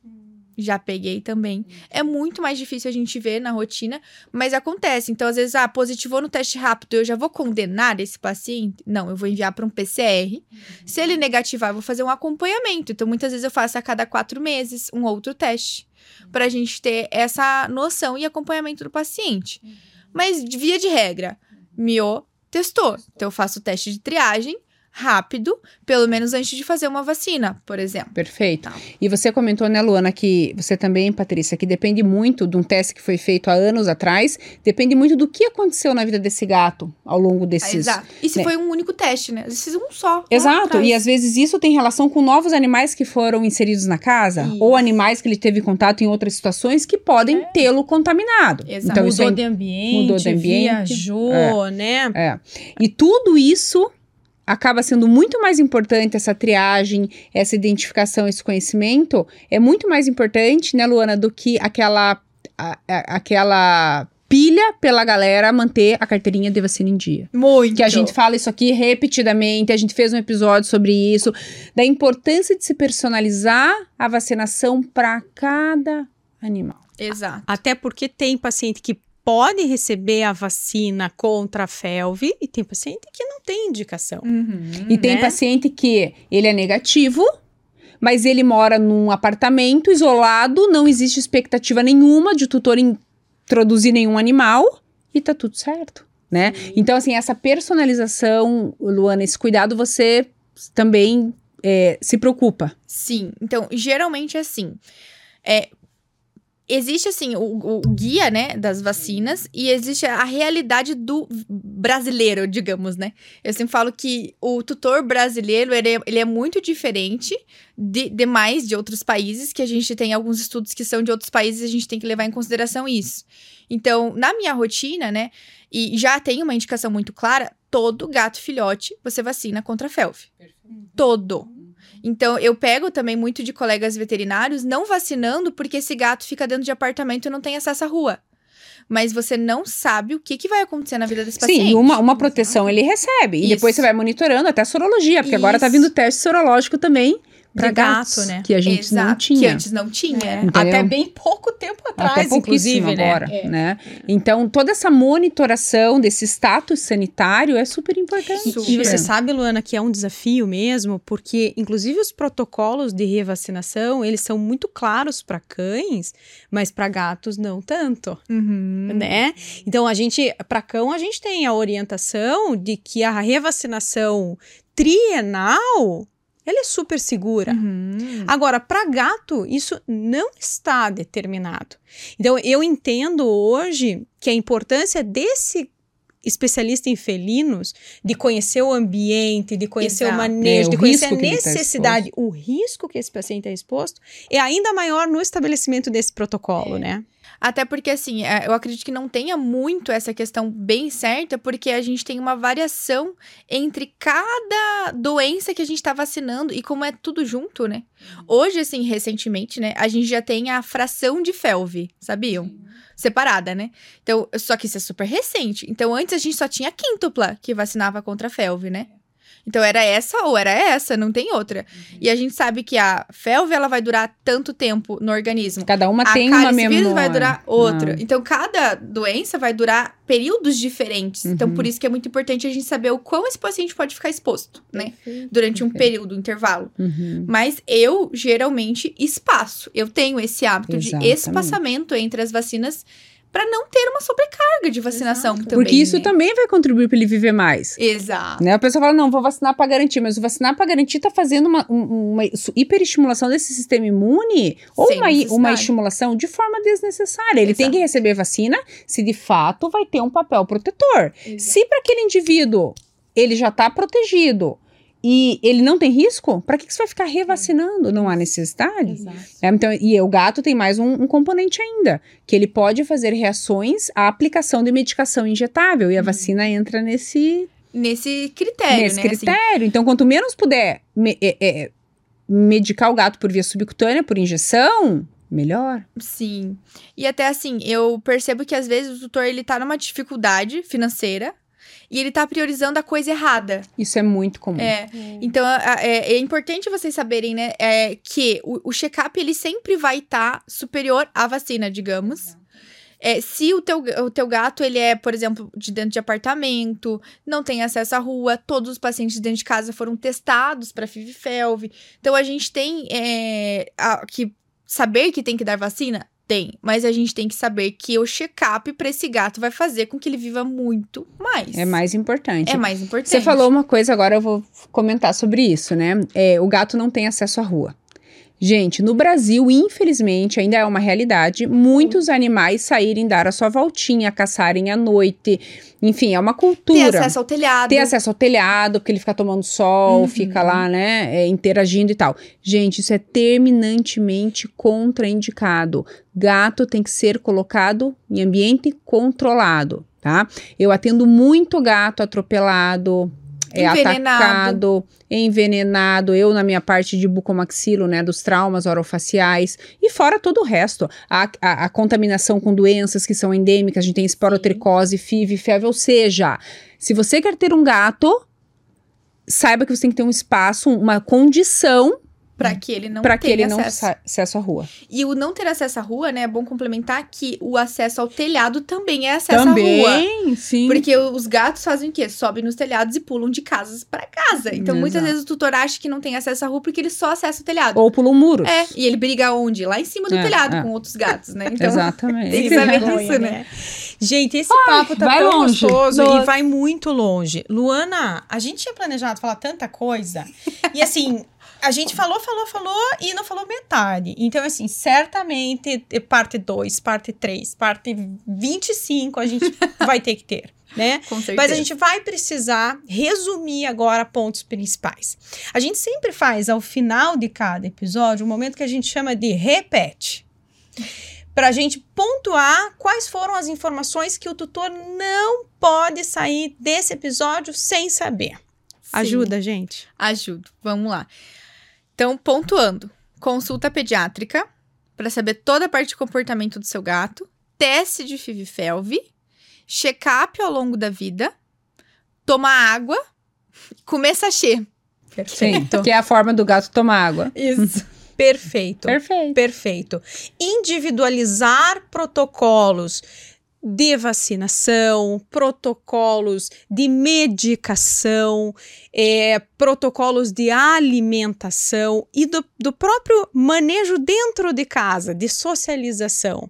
[SPEAKER 3] Já peguei também. É muito mais difícil a gente ver na rotina, mas acontece. Então, às vezes, ah, positivou no teste rápido, eu já vou condenar esse paciente? Não, eu vou enviar para um P C R. Uhum. Se ele negativar, eu vou fazer um acompanhamento. Então, muitas vezes eu faço a cada quatro meses um outro teste, uhum. para a gente ter essa noção e acompanhamento do paciente. Uhum. Mas, via de regra, Miou testou. Então, eu faço o teste de triagem rápido, pelo menos antes de fazer uma vacina, por exemplo.
[SPEAKER 1] Perfeito. Tá. E você comentou, né, Luana, que você também, Patrícia, que depende muito de um teste que foi feito há anos atrás, depende muito do que aconteceu na vida desse gato ao longo desses...
[SPEAKER 3] Ah, exato. E se né? foi um único teste, né? Às vezes um só.
[SPEAKER 1] Exato. E às vezes isso tem relação com novos animais que foram inseridos na casa, isso. ou animais que ele teve contato em outras situações que podem é. tê-lo contaminado.
[SPEAKER 2] Exato.
[SPEAKER 1] Então,
[SPEAKER 2] mudou
[SPEAKER 1] isso é...
[SPEAKER 2] de ambiente,
[SPEAKER 1] mudou de ambiente,
[SPEAKER 2] viajou,
[SPEAKER 1] é.
[SPEAKER 2] né?
[SPEAKER 1] É. E tudo isso acaba sendo muito mais importante, essa triagem, essa identificação, esse conhecimento, é muito mais importante, né, Luana, do que aquela, a, a, aquela pilha pela galera manter a carteirinha de vacina em dia.
[SPEAKER 3] Muito!
[SPEAKER 1] Que a gente fala isso aqui repetidamente, a gente fez um episódio sobre isso, da importância de se personalizar a vacinação para cada animal.
[SPEAKER 3] Exato.
[SPEAKER 2] Até porque tem paciente que pode receber a vacina contra a felve e tem paciente que não tem indicação.
[SPEAKER 3] Uhum,
[SPEAKER 1] e tem
[SPEAKER 2] né?
[SPEAKER 1] paciente que ele é negativo, mas ele mora num apartamento isolado, não existe expectativa nenhuma de o tutor introduzir nenhum animal e tá tudo certo, né? Sim. Então, assim, essa personalização, Luana, esse cuidado você também é, se preocupa.
[SPEAKER 3] Sim, então, geralmente é assim, é... existe, assim, o, o guia, né, das vacinas e existe a realidade do brasileiro, digamos, né? Eu sempre falo que o tutor brasileiro, ele é, ele é muito diferente de demais de outros países, que a gente tem alguns estudos que são de outros países e a gente tem que levar em consideração isso. Então, na minha rotina, né, e já tem uma indicação muito clara, todo gato filhote você vacina contra a F E L V. Perfeito. Todo. Então, eu pego também muito de colegas veterinários não vacinando porque esse gato fica dentro de apartamento e não tem acesso à rua. Mas você não sabe o que, que vai acontecer na vida desse paciente.
[SPEAKER 1] Sim, uma, uma proteção ele recebe. E
[SPEAKER 3] Isso.
[SPEAKER 1] depois você vai monitorando até a sorologia, porque Isso. agora tá vindo teste sorológico também. Pra gato, gatos, né? Que a gente Exato, não tinha.
[SPEAKER 3] Que antes não tinha.
[SPEAKER 2] É. Até bem pouco tempo atrás,
[SPEAKER 1] Até pouquíssimo
[SPEAKER 2] inclusive,
[SPEAKER 1] agora,
[SPEAKER 2] né? É.
[SPEAKER 1] né? Então, toda essa monitoração desse status sanitário é super importante.
[SPEAKER 2] Super. E você sabe, Luana, que é um desafio mesmo, porque, inclusive, os protocolos de revacinação, eles são muito claros para cães, mas para gatos não tanto,
[SPEAKER 3] uhum.
[SPEAKER 2] né? Então, a gente, para cão, a gente tem a orientação de que a revacinação trienal... ela é super segura.
[SPEAKER 3] Uhum.
[SPEAKER 2] Agora, para gato, isso não está determinado. Então, eu entendo hoje que a importância desse especialista em felinos, de conhecer o ambiente, de conhecer Exato. o manejo, é, o de conhecer a necessidade, tá o risco que esse paciente é exposto, é ainda maior no estabelecimento desse protocolo, é. né?
[SPEAKER 3] Até porque, assim, eu acredito que não tenha muito essa questão bem certa, porque a gente tem uma variação entre cada doença que a gente tá vacinando e como é tudo junto, né? Hoje, assim, recentemente, né, a gente já tem a fração de F E L V, sabiam? Sim. Separada, né? Então, só que isso é super recente. Então, antes a gente só tinha a quíntupla que vacinava contra a F E L V, né? Então, era essa ou era essa, não tem outra. Uhum. E a gente sabe que a F E L V, ela vai durar tanto tempo no organismo.
[SPEAKER 1] Cada uma a tem uma memória.
[SPEAKER 3] vai durar outra. Ah. Então, cada doença vai durar períodos diferentes. Uhum. Então, por isso que é muito importante a gente saber o quão esse paciente pode ficar exposto, né? Perfeito. Durante um Perfeito. período, um intervalo.
[SPEAKER 1] Uhum.
[SPEAKER 3] Mas eu, geralmente, espaço. Eu tenho esse hábito Exatamente. de espaçamento entre as vacinas para não ter uma sobrecarga de vacinação
[SPEAKER 1] Exato.
[SPEAKER 3] também.
[SPEAKER 1] Porque isso
[SPEAKER 3] né?
[SPEAKER 1] também vai contribuir para ele viver mais.
[SPEAKER 3] Exato.
[SPEAKER 1] Né? A pessoa fala, não, vou vacinar para garantir, mas o vacinar para garantir tá fazendo uma, uma hiperestimulação desse sistema imune ou uma, uma estimulação de forma desnecessária. Ele Exato. tem que receber vacina se de fato vai ter um papel protetor. Exato. Se para aquele indivíduo ele já tá protegido e ele não tem risco, para que, que você vai ficar revacinando? Não há necessidade. É, então, e o gato tem mais um, um componente ainda, que ele pode fazer reações à aplicação de medicação injetável, e a uhum. vacina entra nesse...
[SPEAKER 3] Nesse critério,
[SPEAKER 1] Nesse
[SPEAKER 3] né?
[SPEAKER 1] critério.
[SPEAKER 3] Assim.
[SPEAKER 1] Então, quanto menos puder me, é, é, medicar o gato por via subcutânea, por injeção... melhor.
[SPEAKER 3] Sim. E até assim, eu percebo que às vezes o tutor, ele tá numa dificuldade financeira, e ele tá priorizando a coisa errada.
[SPEAKER 1] Isso é muito comum.
[SPEAKER 3] É. é. Então, é, é importante vocês saberem, né, é, que o, o check-up, ele sempre vai estar tá superior à vacina, digamos. É, se o teu, o teu gato, ele é, por exemplo, de dentro de apartamento, não tem acesso à rua, todos os pacientes dentro de casa foram testados para F I V e F E L V. Então, a gente tem é, a, que saber que tem que dar vacina? Tem, mas a gente tem que saber que o check-up para esse gato vai fazer com que ele viva muito mais.
[SPEAKER 1] É mais importante.
[SPEAKER 3] É mais importante.
[SPEAKER 1] Você falou uma coisa, agora eu vou comentar sobre isso, né? É, o gato não tem acesso à rua. Gente, no Brasil, infelizmente, ainda é uma realidade, muitos animais saírem dar a sua voltinha, caçarem à noite, enfim, é uma cultura.
[SPEAKER 3] Ter acesso ao telhado.
[SPEAKER 1] Ter acesso ao telhado, porque ele fica tomando sol, uhum. fica lá, né, é, interagindo e tal. Gente, isso é terminantemente contraindicado. Gato tem que ser colocado em ambiente controlado, tá? Eu atendo muito gato atropelado, é
[SPEAKER 3] envenenado.
[SPEAKER 1] atacado, envenenado, eu na minha parte de bucomaxilo, né, dos traumas orofaciais, e fora todo o resto, a, a, a contaminação com doenças que são endêmicas, a gente tem esporotricose, F I V, F E L V, ou seja, se você quer ter um gato, saiba que você tem que ter um espaço, uma condição
[SPEAKER 3] para que ele não
[SPEAKER 1] pra
[SPEAKER 3] tenha
[SPEAKER 1] que ele não
[SPEAKER 3] acesso.
[SPEAKER 1] Sa- acesso à rua.
[SPEAKER 3] E o não ter acesso à rua, né, é bom complementar que o acesso ao telhado também é acesso
[SPEAKER 1] também,
[SPEAKER 3] à rua.
[SPEAKER 1] Também, sim.
[SPEAKER 3] Porque os gatos fazem o quê? Sobem nos telhados e pulam de casas para casa. Então,
[SPEAKER 1] Exato.
[SPEAKER 3] muitas vezes o tutor acha que não tem acesso à rua porque ele só acessa o telhado.
[SPEAKER 1] Ou pulam muros.
[SPEAKER 3] É, e ele briga onde? Lá em cima do
[SPEAKER 1] é,
[SPEAKER 3] telhado
[SPEAKER 1] é.
[SPEAKER 3] com outros gatos, né? Então,
[SPEAKER 1] exatamente.
[SPEAKER 3] Tem que saber
[SPEAKER 2] vergonha,
[SPEAKER 3] disso, né?
[SPEAKER 2] né? Gente, esse
[SPEAKER 1] Ai,
[SPEAKER 2] papo tá
[SPEAKER 1] vai
[SPEAKER 2] tão
[SPEAKER 1] longe.
[SPEAKER 2] gostoso
[SPEAKER 1] Nossa.
[SPEAKER 2] e vai muito longe. Luana, a gente tinha planejado falar tanta coisa. E assim, A gente falou, falou, falou e não falou metade. Então, assim, certamente, parte dois, parte três, parte vinte e cinco a gente vai ter que ter, né?
[SPEAKER 3] Com certeza.
[SPEAKER 2] Mas a gente vai precisar resumir agora pontos principais. A gente sempre faz, ao final de cada episódio, um momento que a gente chama de repete. Para a gente pontuar quais foram as informações que o tutor não pode sair desse episódio sem saber.
[SPEAKER 3] Sim.
[SPEAKER 2] Ajuda, gente?
[SPEAKER 3] Ajudo. Vamos lá. Então, pontuando. Consulta pediátrica para saber toda a parte de comportamento do seu gato. Teste de F I V F E L V. Check-up ao longo da vida. Tomar água. Comer sachê.
[SPEAKER 1] Perfeito. Sim, que é a forma do gato tomar água.
[SPEAKER 2] Isso. Perfeito.
[SPEAKER 1] Perfeito.
[SPEAKER 2] Perfeito. Individualizar protocolos de vacinação, protocolos de medicação, é, protocolos de alimentação e do, do próprio manejo dentro de casa, de socialização.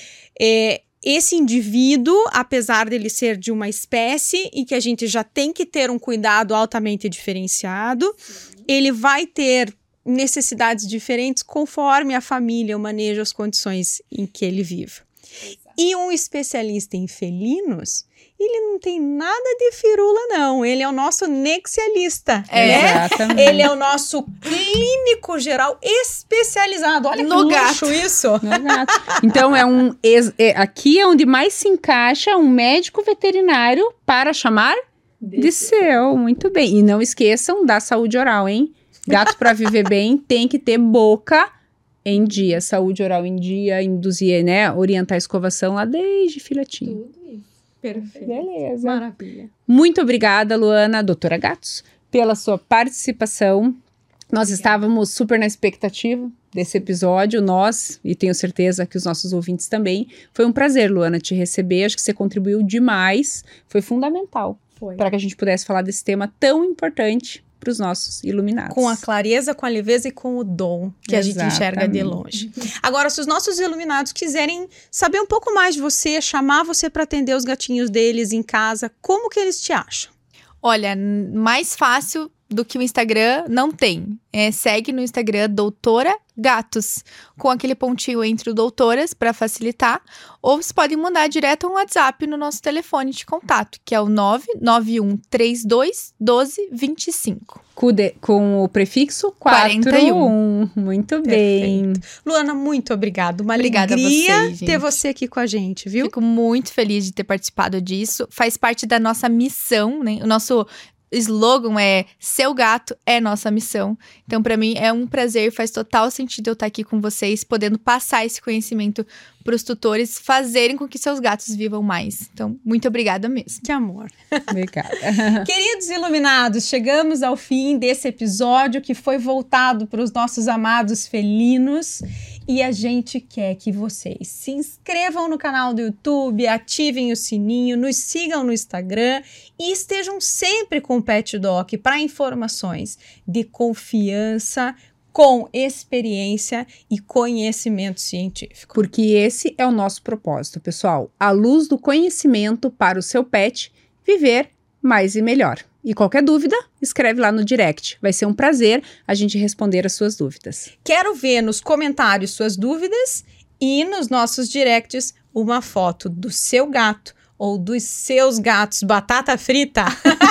[SPEAKER 2] É, esse indivíduo, apesar dele ser de uma espécie e que a gente já tem que ter um cuidado altamente diferenciado, sim, ele vai ter necessidades diferentes conforme a família, o manejo, as condições em que ele vive. Exato. E um especialista em felinos, ele não tem nada de firula, não. Ele é o nosso nexialista,
[SPEAKER 3] é,
[SPEAKER 2] né?
[SPEAKER 1] Exatamente.
[SPEAKER 2] Ele é o nosso clínico geral especializado. Olha
[SPEAKER 3] no
[SPEAKER 2] que
[SPEAKER 3] gato.
[SPEAKER 2] luxo isso.
[SPEAKER 1] No gato. Então, é um, é, aqui é onde mais se encaixa um médico veterinário para chamar de, de seu. Muito bem. E não esqueçam da saúde oral, hein? Gato, para viver bem, tem que ter boca em dia, saúde oral em dia, induzir, né, orientar a escovação lá desde filhotinho.
[SPEAKER 3] Tudo isso.
[SPEAKER 2] Perfeito.
[SPEAKER 1] Beleza.
[SPEAKER 2] Maravilha.
[SPEAKER 1] Muito obrigada, Luana, doutora Gatos, pela sua participação. Nós estávamos super na expectativa desse episódio, nós, e tenho certeza que os nossos ouvintes também. Foi um prazer, Luana, te receber. Acho que você contribuiu demais. Foi fundamental para que a gente pudesse falar desse tema tão importante para os nossos iluminados.
[SPEAKER 2] Com a clareza, com a leveza e com o dom que
[SPEAKER 1] Exatamente.
[SPEAKER 2] A gente enxerga de longe. Agora, se os nossos iluminados quiserem saber um pouco mais de você, chamar você para atender os gatinhos deles em casa, como que eles te acham?
[SPEAKER 3] Olha, mais fácil do que o Instagram não tem. É, segue no Instagram Doutora Gatos, com aquele pontinho entre o doutoras para facilitar, ou vocês podem mandar direto um WhatsApp no nosso telefone de contato, que é o nove nove um três dois um dois dois cinco.
[SPEAKER 1] Com, de, com o prefixo quarenta e um. Muito bem.
[SPEAKER 2] Perfeito. Luana, muito obrigada. Uma
[SPEAKER 3] Obrigada
[SPEAKER 2] alegria
[SPEAKER 3] a vocês,
[SPEAKER 2] ter
[SPEAKER 3] gente.
[SPEAKER 2] você aqui com a gente, viu?
[SPEAKER 3] Fico muito feliz de ter participado disso. Faz parte da nossa missão, né? O nosso slogan é Seu Gato é Nossa Missão. Então, para mim, é um prazer, faz total sentido eu estar aqui com vocês, podendo passar esse conhecimento para os tutores, fazerem com que seus gatos vivam mais. Então, muito obrigada mesmo.
[SPEAKER 2] Que amor.
[SPEAKER 1] Obrigada.
[SPEAKER 2] Queridos iluminados, chegamos ao fim desse episódio que foi voltado para os nossos amados felinos. E a gente quer que vocês se inscrevam no canal do YouTube, ativem o sininho, nos sigam no Instagram e estejam sempre com o Pet Doc para informações de confiança, com experiência e conhecimento científico.
[SPEAKER 1] Porque esse é o nosso propósito, pessoal. A luz do conhecimento para o seu pet viver mais e melhor. E qualquer dúvida, escreve lá no direct. Vai ser um prazer a gente responder as suas dúvidas.
[SPEAKER 2] Quero ver nos comentários suas dúvidas e nos nossos directs uma foto do seu gato ou dos seus gatos batata frita.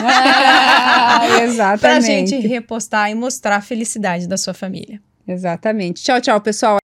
[SPEAKER 1] Ah, exatamente.
[SPEAKER 2] Pra gente repostar e mostrar a felicidade da sua família.
[SPEAKER 1] Exatamente. Tchau, tchau, pessoal.